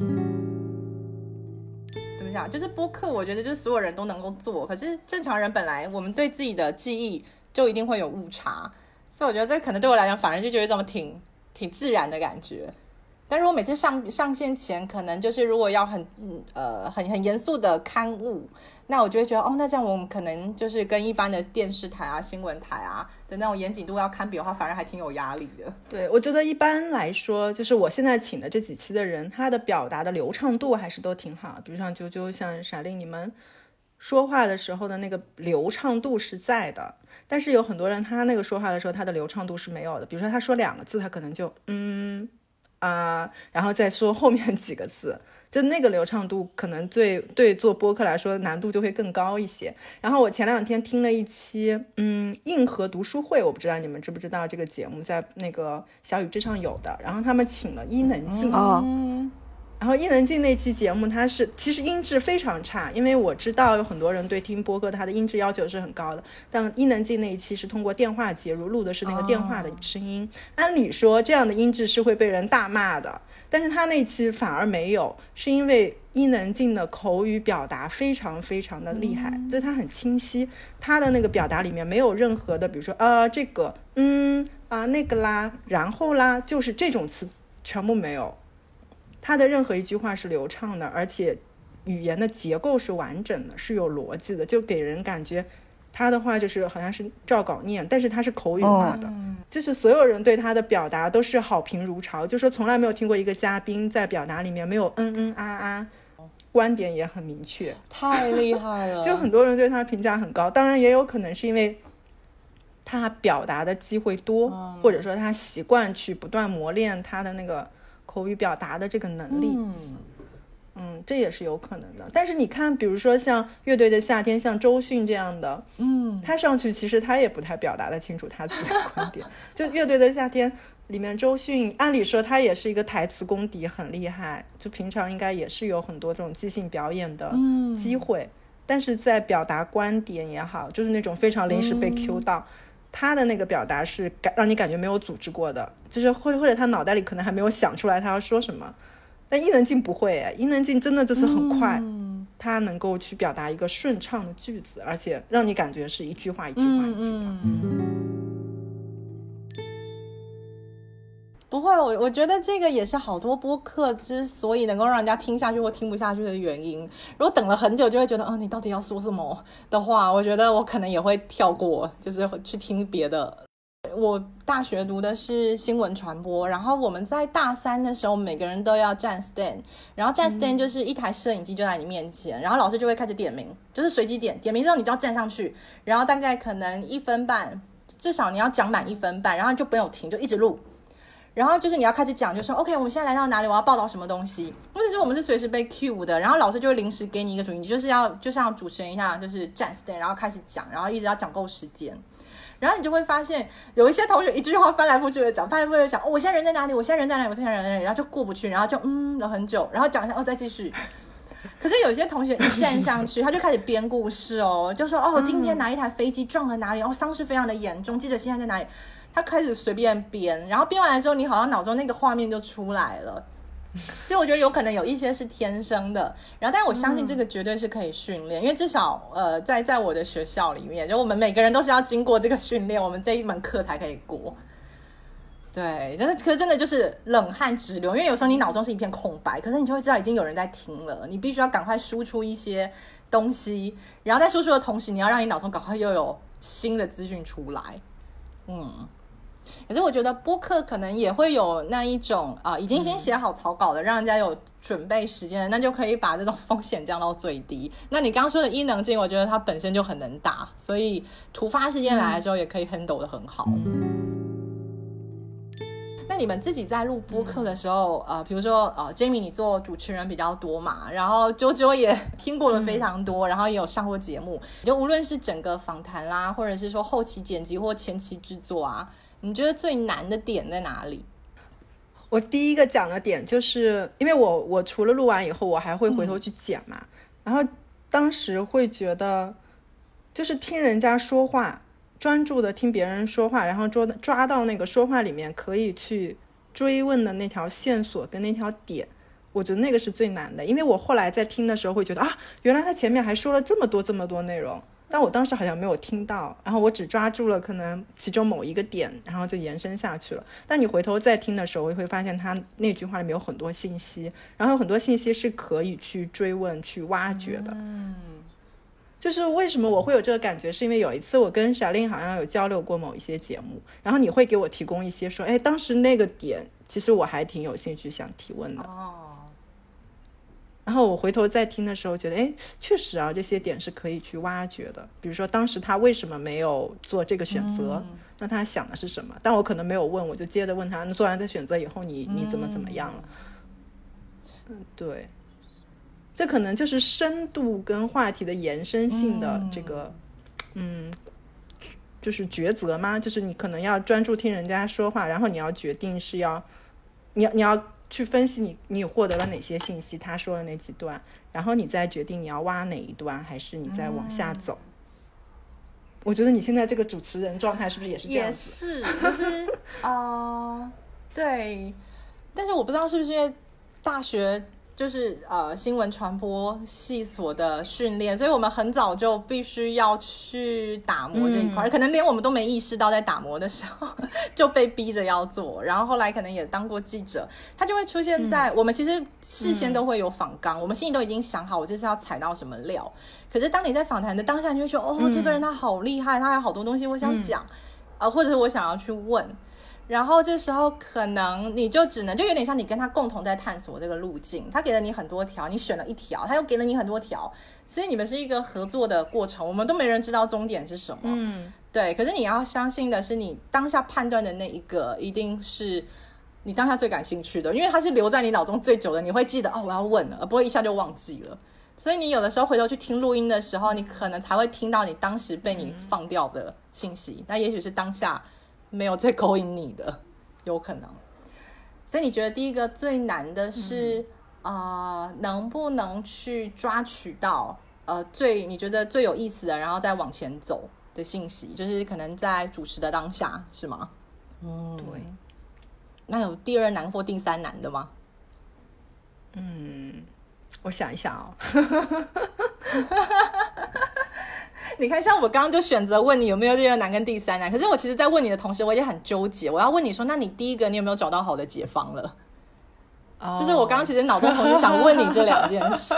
嗯，怎么讲，就是播客我觉得就是所有人都能够做，可是正常人本来我们对自己的记忆就一定会有误差，所以我觉得这可能对我来讲反而就觉得这么挺挺自然的感觉。但如果每次上上线前可能就是如果要很呃很很严肃的刊物，那我就会觉得哦，那这样我们可能就是跟一般的电视台啊新闻台啊的那种严谨度要堪比的话，反而还挺有压力的。 对，我觉得一般来说就是我现在请的这几期的人他的表达的流畅度还是都挺好，比如像啾啾像傻令你们说话的时候的那个流畅度是在的，但是有很多人他那个说话的时候他的流畅度是没有的，比如说他说两个字他可能就嗯啊、呃，然后再说后面几个字，就那个流畅度可能对对做播客来说难度就会更高一些。然后我前两天听了一期嗯硬核读书会，我不知道你们知不知道这个节目，在那个小宇宙上有的，然后他们请了伊能静、 嗯然后伊能静那期节目它是其实音质非常差，因为我知道有很多人对听播客它的音质要求是很高的，但伊能静那一期是通过电话接入，录的是那个电话的声音、哦、按理说这样的音质是会被人大骂的，但是他那期反而没有，是因为伊能静的口语表达非常非常的厉害，就他很清晰，他的那个表达里面没有任何的比如说啊这个嗯啊那个啦然后啦，就是这种词全部没有，他的任何一句话是流畅的，而且语言的结构是完整的，是有逻辑的，就给人感觉他的话就是好像是照稿念，但是他是口语化的、哦、就是所有人对他的表达都是好评如潮，就说从来没有听过一个嘉宾在表达里面没有嗯嗯啊啊，观点也很明确， 太厉害了就很多人对他评价很高，当然也有可能是因为他表达的机会多、嗯、或者说他习惯去不断磨练他的那个口语表达的这个能力，嗯嗯，这也是有可能的。但是你看比如说像乐队的夏天，像周迅这样的，嗯，他上去其实他也不太表达得清楚他自己的观点就乐队的夏天里面，周迅按理说他也是一个台词功底很厉害，就平常应该也是有很多这种即兴表演的机会、嗯、但是在表达观点也好，就是那种非常临时被 Q 到、嗯，他的那个表达是让你感觉没有组织过的，就是或者或者他脑袋里可能还没有想出来他要说什么，但伊能静不会耶，伊能静真的就是很快、嗯、他能够去表达一个顺畅的句子，而且让你感觉是一句话一句话一句话、嗯嗯不会，我我觉得这个也是好多播客之所以能够让人家听下去或听不下去的原因。如果等了很久就会觉得哦，你到底要说什么的话，我觉得我可能也会跳过，就是去听别的。我大学读的是新闻传播，然后我们在大三的时候每个人都要站 stand， 然后站 stand 就是一台摄影机就在你面前、嗯、然后老师就会开始点名，就是随机点点名之后你就要站上去，然后大概可能一分半，至少你要讲满一分半，然后就不用停，就一直录，然后就是你要开始讲，就说 OK 我们现在来到哪里，我要报道什么东西，或者是我们是随时被 cue 的，然后老师就会临时给你一个主题，你就是要就像主持人一样，就是站 stand 然后开始讲，然后一直要讲够时间，然后你就会发现有一些同学一句话翻来覆去的讲，翻来覆去的讲、哦、我现在人在哪里，我现在人在哪里，我现在人在哪里，然后就过不去，然后就嗯了很久，然后讲一下哦再继续。可是有些同学一站上去他就开始编故事哦，就说哦今天哪一台飞机撞了哪里，哦伤势非常的严重，记者现在在哪里，他开始随便编，然后编完了之后你好像脑中那个画面就出来了。所以我觉得有可能有一些是天生的，然后但是我相信这个绝对是可以训练、嗯、因为至少呃在在我的学校里面，就我们每个人都是要经过这个训练，我们这一门课才可以过。对，但是可是真的就是冷汗直流，因为有时候你脑中是一片空白，可是你就会知道已经有人在听了，你必须要赶快输出一些东西，然后在输出的同时你要让你脑中赶快又有新的资讯出来。嗯，可是我觉得播客可能也会有那一种啊、呃，已经先写好草稿的、嗯、让人家有准备时间的，那就可以把这种风险降到最低。那你刚刚说的伊能静，我觉得它本身就很能打，所以突发事件来的时候也可以 handle 得很好。嗯，那你们自己在录播客的时候、嗯、呃，比如说呃 Jamie 你做主持人比较多嘛，然后啾啾也听过了非常多、嗯、然后也有上过节目，就无论是整个访谈啦，或者是说后期剪辑或前期制作啊，你觉得最难的点在哪里？ 我第一个讲的点就是因为我我除了录完以后我还会回头去剪嘛、嗯、然后当时会觉得就是听人家说话，专注的听别人说话，然后抓抓到那个说话里面可以去追问的那条线索跟那条点，我觉得那个是最难的。因为我后来在听的时候会觉得啊，原来他前面还说了这么多这么多内容，但我当时好像没有听到，然后我只抓住了可能其中某一个点，然后就延伸下去了。但你回头再听的时候会发现他那句话里面有很多信息，然后有很多信息是可以去追问去挖掘的。嗯，就是为什么我会有这个感觉，是因为有一次我跟小令好像有交流过某一些节目，然后你会给我提供一些说哎，当时那个点其实我还挺有兴趣想提问的。哦， 然后我回头再听的时候觉得哎，确实啊，这些点是可以去挖掘的。比如说当时他为什么没有做这个选择、嗯、那他想的是什么，但我可能没有问，我就接着问他，那做完这选择以后你你怎么怎么样了。嗯，对，这可能就是深度跟话题的延伸性的这个嗯就是抉择吗？就是你可能要专注听人家说话，然后你要决定是要你要你要去分析你你获得了哪些信息，他说了哪几段，然后你再决定你要挖哪一段，还是你再往下走、嗯、我觉得你现在这个主持人状态是不是也是这样子？ 也是，就是呃对，但是我不知道是不是因为大学就是呃新闻传播系所的训练，所以我们很早就必须要去打磨这一块、嗯、可能连我们都没意识到在打磨的时候就被逼着要做。然后后来可能也当过记者，它就会出现在、嗯、我们其实事先都会有访纲、嗯、我们心里都已经想好我这次要踩到什么料，可是当你在访谈的当下，你就会觉得哦、嗯、这个人他好厉害，他还有好多东西我想讲、嗯呃、或者是我想要去问，然后这时候可能你就只能就有点像你跟他共同在探索这个路径，他给了你很多条，你选了一条，他又给了你很多条，所以你们是一个合作的过程，我们都没人知道终点是什么。嗯，对，可是你要相信的是你当下判断的那一个一定是你当下最感兴趣的，因为它是留在你脑中最久的，你会记得哦我要问了，而不会一下就忘记了。所以你有的时候回头去听录音的时候，你可能才会听到你当时被你放掉的信息、嗯、那也许是当下没有最勾引你的，有可能。所以你觉得第一个最难的是、嗯、呃，能不能去抓取到呃最你觉得最有意思的，然后再往前走的信息，就是可能在主持的当下，是吗？嗯，对。那有第二难或第三难的吗？ 嗯，我想一想哦。 你看像我刚刚就选择问你有没有第二难跟第三难，可是我其实在问你的同时我也很纠结，我要问你说那你第一个你有没有找到好的解方了、oh. 就是我刚刚其实脑中同时想问你这两件事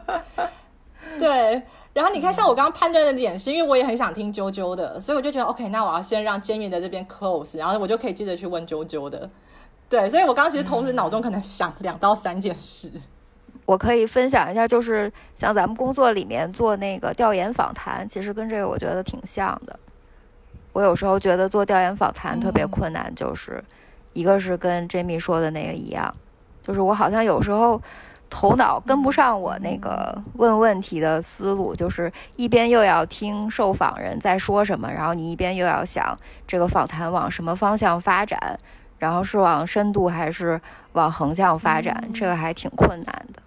对，然后你看像我刚刚判断的点是因为我也很想听啾啾的，所以我就觉得 OK 那我要先让 Jamie 的这边 close， 然后我就可以接着去问啾啾的。对，所以我刚刚其实同时脑中可能想两到三件事。 我可以分享一下，就是像咱们工作里面做那个调研访谈，其实跟这个我觉得挺像的。我有时候觉得做调研访谈特别困难，就是、嗯、一个是跟 Jamie 说的那个一样，就是我好像有时候头脑跟不上我那个问问题的思路，就是一边又要听受访人在说什么，然后你一边又要想这个访谈往什么方向发展，然后是往深度还是往横向发展、嗯、这个还挺困难的。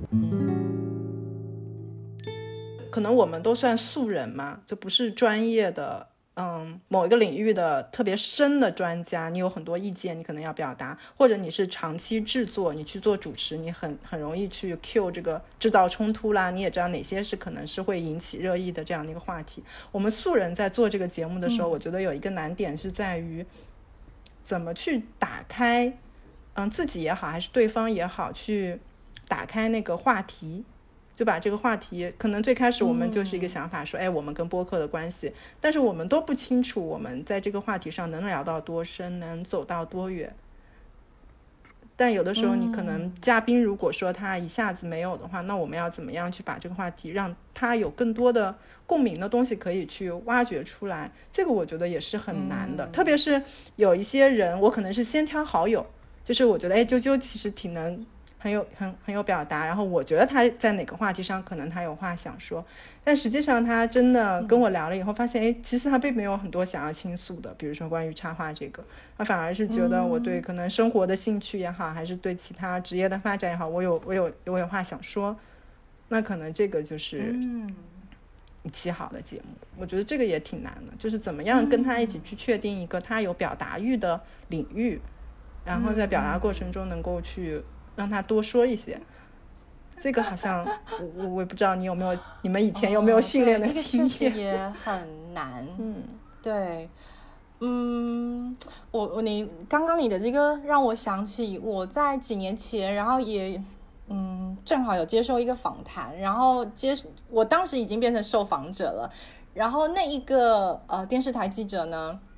可能我们都算素人嘛，就不是专业的嗯，某一个领域的特别深的专家，你有很多意见你可能要表达，或者你是长期制作，你去做主持，你很很容易去 cue 这个制造冲突啦，你也知道哪些是可能是会引起热议的这样的一个话题。我们素人在做这个节目的时候、嗯、我觉得有一个难点是在于怎么去打开嗯，自己也好还是对方也好，去打开那个话题，就把这个话题可能最开始我们就是一个想法说、嗯、哎，我们跟播客的关系，但是我们都不清楚我们在这个话题上能聊到多深，能走到多远。但有的时候你可能嘉宾如果说他一下子没有的话、嗯、那我们要怎么样去把这个话题让他有更多的共鸣的东西可以去挖掘出来，这个我觉得也是很难的、嗯、特别是有一些人我可能是先挑好友，就是我觉得哎，啾啾其实挺能很有很很有表达，然后我觉得他在哪个话题上可能他有话想说，但实际上他真的跟我聊了以后发现、嗯、诶其实他并没有很多想要倾诉的，比如说关于插画这个，他反而是觉得我对可能生活的兴趣也好、嗯、还是对其他职业的发展也好，我有我有我有话想说，那可能这个就是一期好的节目、嗯、我觉得这个也挺难的，就是怎么样跟他一起去确定一个他有表达欲的领域、嗯、然后在表达过程中能够去让他多说一些，这个好像我我也不知道你有没有，你们以前有没有训练的经验、哦、这个确实也很难嗯，对，嗯，我我你刚刚你的这个让我想起我在几年前，然后也嗯正好有接受一个访谈，然后接我当时已经变成受访者了，然后那一个呃电视台记者呢，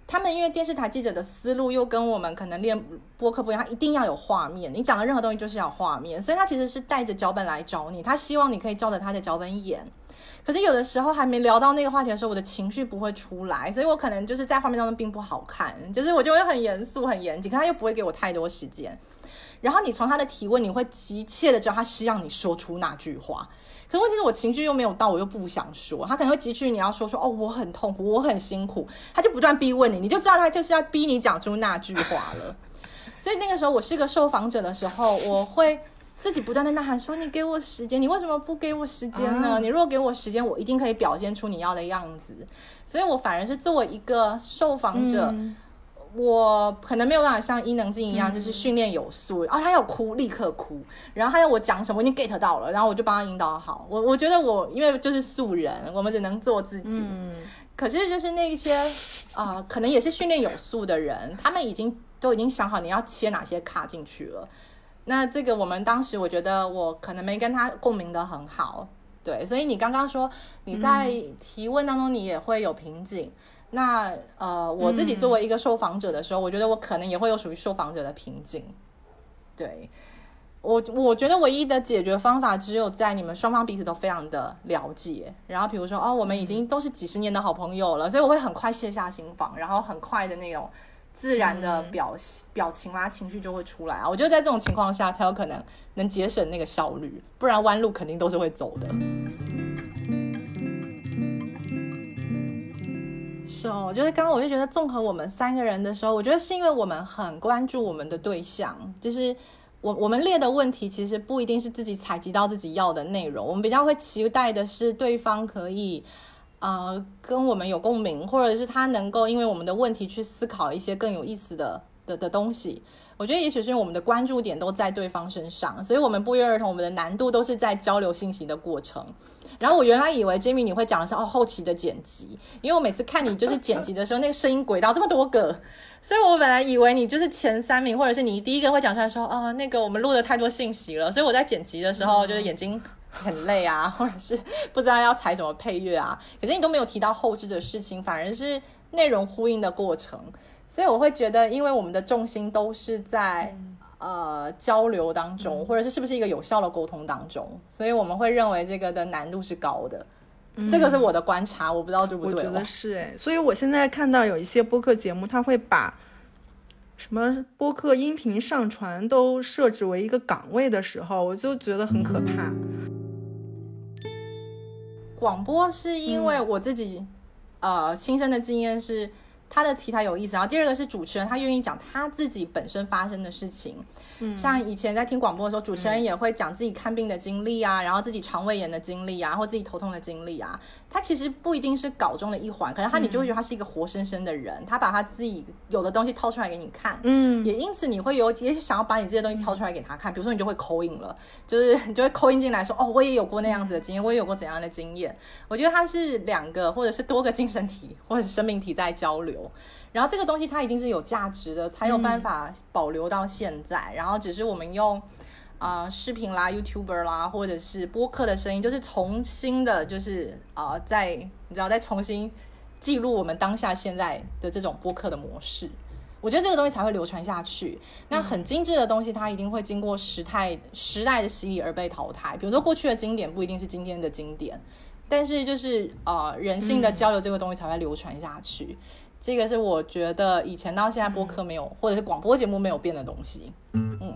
他们因为电视台记者的思路又跟我们可能练播客不一样，他一定要有画面，你讲的任何东西就是要有画面，所以他其实是带着脚本来找你，他希望你可以照着他的脚本演。可是有的时候还没聊到那个话题的时候，我的情绪不会出来，所以我可能就是在画面当中并不好看，就是我就会很严肃很严谨，可他又不会给我太多时间。然后你从他的提问，你会急切的知道他是让你说出那句话。可是问题是我情绪又没有到，我又不想说，他可能会急去你要说说哦我很痛苦我很辛苦，他就不断逼问你，你就知道他就是要逼你讲出那句话了。所以那个时候我是个受访者的时候，我会自己不断的呐喊说你给我时间，你为什么不给我时间呢、啊、你如果给我时间，我一定可以表现出你要的样子。所以我反而是作为一个受访者、嗯我可能没有办法像伊能静一样、嗯、就是训练有素啊，他要哭立刻哭，然后他要我讲什么我已经 get 到了，然后我就帮他引导好。我我觉得我因为就是素人，我们只能做自己、嗯、可是就是那些啊、呃，可能也是训练有素的人，他们已经都已经想好你要切哪些卡进去了。那这个我们当时我觉得我可能没跟他共鸣的很好，对，所以你刚刚说你在提问当中你也会有瓶颈、嗯那呃，我自己作为一个受访者的时候、嗯、我觉得我可能也会有属于受访者的瓶颈。对，我我觉得唯一的解决方法只有在你们双方彼此都非常的了解，然后比如说哦，我们已经都是几十年的好朋友了，所以我会很快卸下心防，然后很快的那种自然的表、嗯、表情啦情绪就会出来啊。我觉得在这种情况下才有可能能节省那个效率，不然弯路肯定都是会走的。So, 就是刚刚我就觉得综合我们三个人的时候，我觉得是因为我们很关注我们的对象，就是我我们列的问题其实不一定是自己采集到自己要的内容，我们比较会期待的是对方可以呃跟我们有共鸣，或者是他能够因为我们的问题去思考一些更有意思的的的东西。我觉得也许是因为我们的关注点都在对方身上，所以我们不约而同我们的难度都是在交流信息的过程。然后我原来以为 Jamie 你会讲的是哦后期的剪辑，因为我每次看你就是剪辑的时候那个声音轨道这么多个，所以我本来以为你就是前三名，或者是你第一个会讲出来说哦那个我们录了太多信息了，所以我在剪辑的时候就是眼睛很累啊，或者是不知道要采什么配乐啊，可是你都没有提到后置的事情，反而是内容呼应的过程。所以我会觉得因为我们的重心都是在、嗯、呃交流当中，或者是是不是一个有效的沟通当中，所以我们会认为这个的难度是高的、嗯、这个是我的观察，我不知道对不对。 我觉得是耶，所以我现在看到有一些播客节目他会把什么播客音频上传都设置为一个岗位的时候，我就觉得很可怕。 广播是因为我自己、嗯、呃亲身的经验是他的题材有意思，然后第二个是主持人他愿意讲他自己本身发生的事情、嗯、像以前在听广播的时候，主持人也会讲自己看病的经历啊、嗯、然后自己肠胃炎的经历啊，或自己头痛的经历啊，他其实不一定是稿中的一环，可能他你就会觉得他是一个活生生的人、嗯、他把他自己有的东西掏出来给你看，嗯，也因此你会有也想要把你这些东西掏出来给他看，比如说你就会call in了，就是你就会call in进来说哦我也有过那样子的经验，我也有过怎样的经验。我觉得他是两个或者是多个精神体或者是生命体在交流，然后这个东西它一定是有价值的才有办法保留到现在、嗯、然后只是我们用呃视频啦 YouTuber 啦或者是播客的声音，就是重新的就是呃在你知道再重新记录我们当下现在的这种播客的模式，我觉得这个东西才会流传下去。那很精致的东西它一定会经过时态时代的洗礼而被淘汰，比如说过去的经典不一定是今天的经典，但是就是呃人性的交流这个东西才会流传下去、嗯，这个是我觉得以前到现在播客没有、嗯、或者是广播节目没有变的东西。嗯，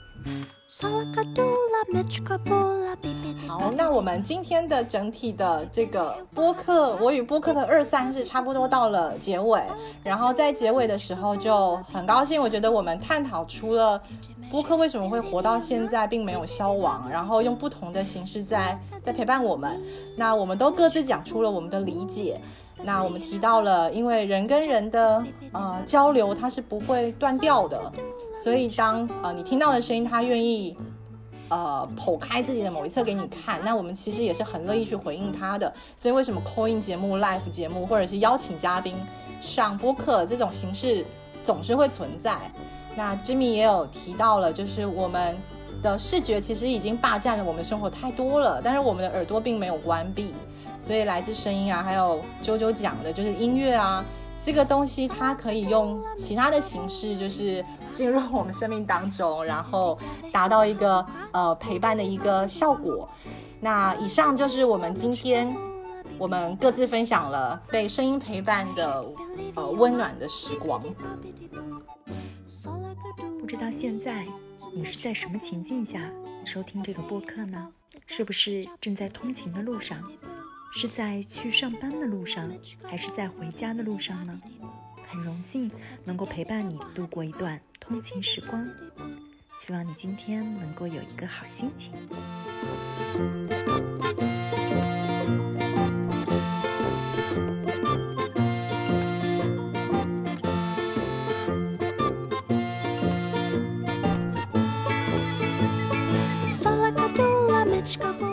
好，那我们今天的整体的这个播客我与播客的二三事差不多到了结尾，然后在结尾的时候就很高兴，我觉得我们探讨出了播客为什么会活到现在并没有消亡，然后用不同的形式在在陪伴我们，那我们都各自讲出了我们的理解。那我们提到了因为人跟人的呃交流它是不会断掉的，所以当呃你听到的声音他愿意呃剖开自己的某一侧给你看，那我们其实也是很乐意去回应他的。所以为什么 call in 节目 live 节目或者是邀请嘉宾上播客这种形式总是会存在。那 Jimmy 也有提到了，就是我们的视觉其实已经霸占了我们的生活太多了，但是我们的耳朵并没有关闭，所以来自声音啊还有啾啾讲的就是音乐啊这个东西它可以用其他的形式，就是进入我们生命当中，然后达到一个呃陪伴的一个效果。那以上就是我们今天我们各自分享了被声音陪伴的呃温暖的时光。 不知道现在你是在什么情境下收听这个播客呢？是不是正在通勤的路上？是在去上班的路上，还是在回家的路上呢？很荣幸能够陪伴你度过一段通勤时光，希望你今天能够有一个好心情。 Salakadula Mitchkaboo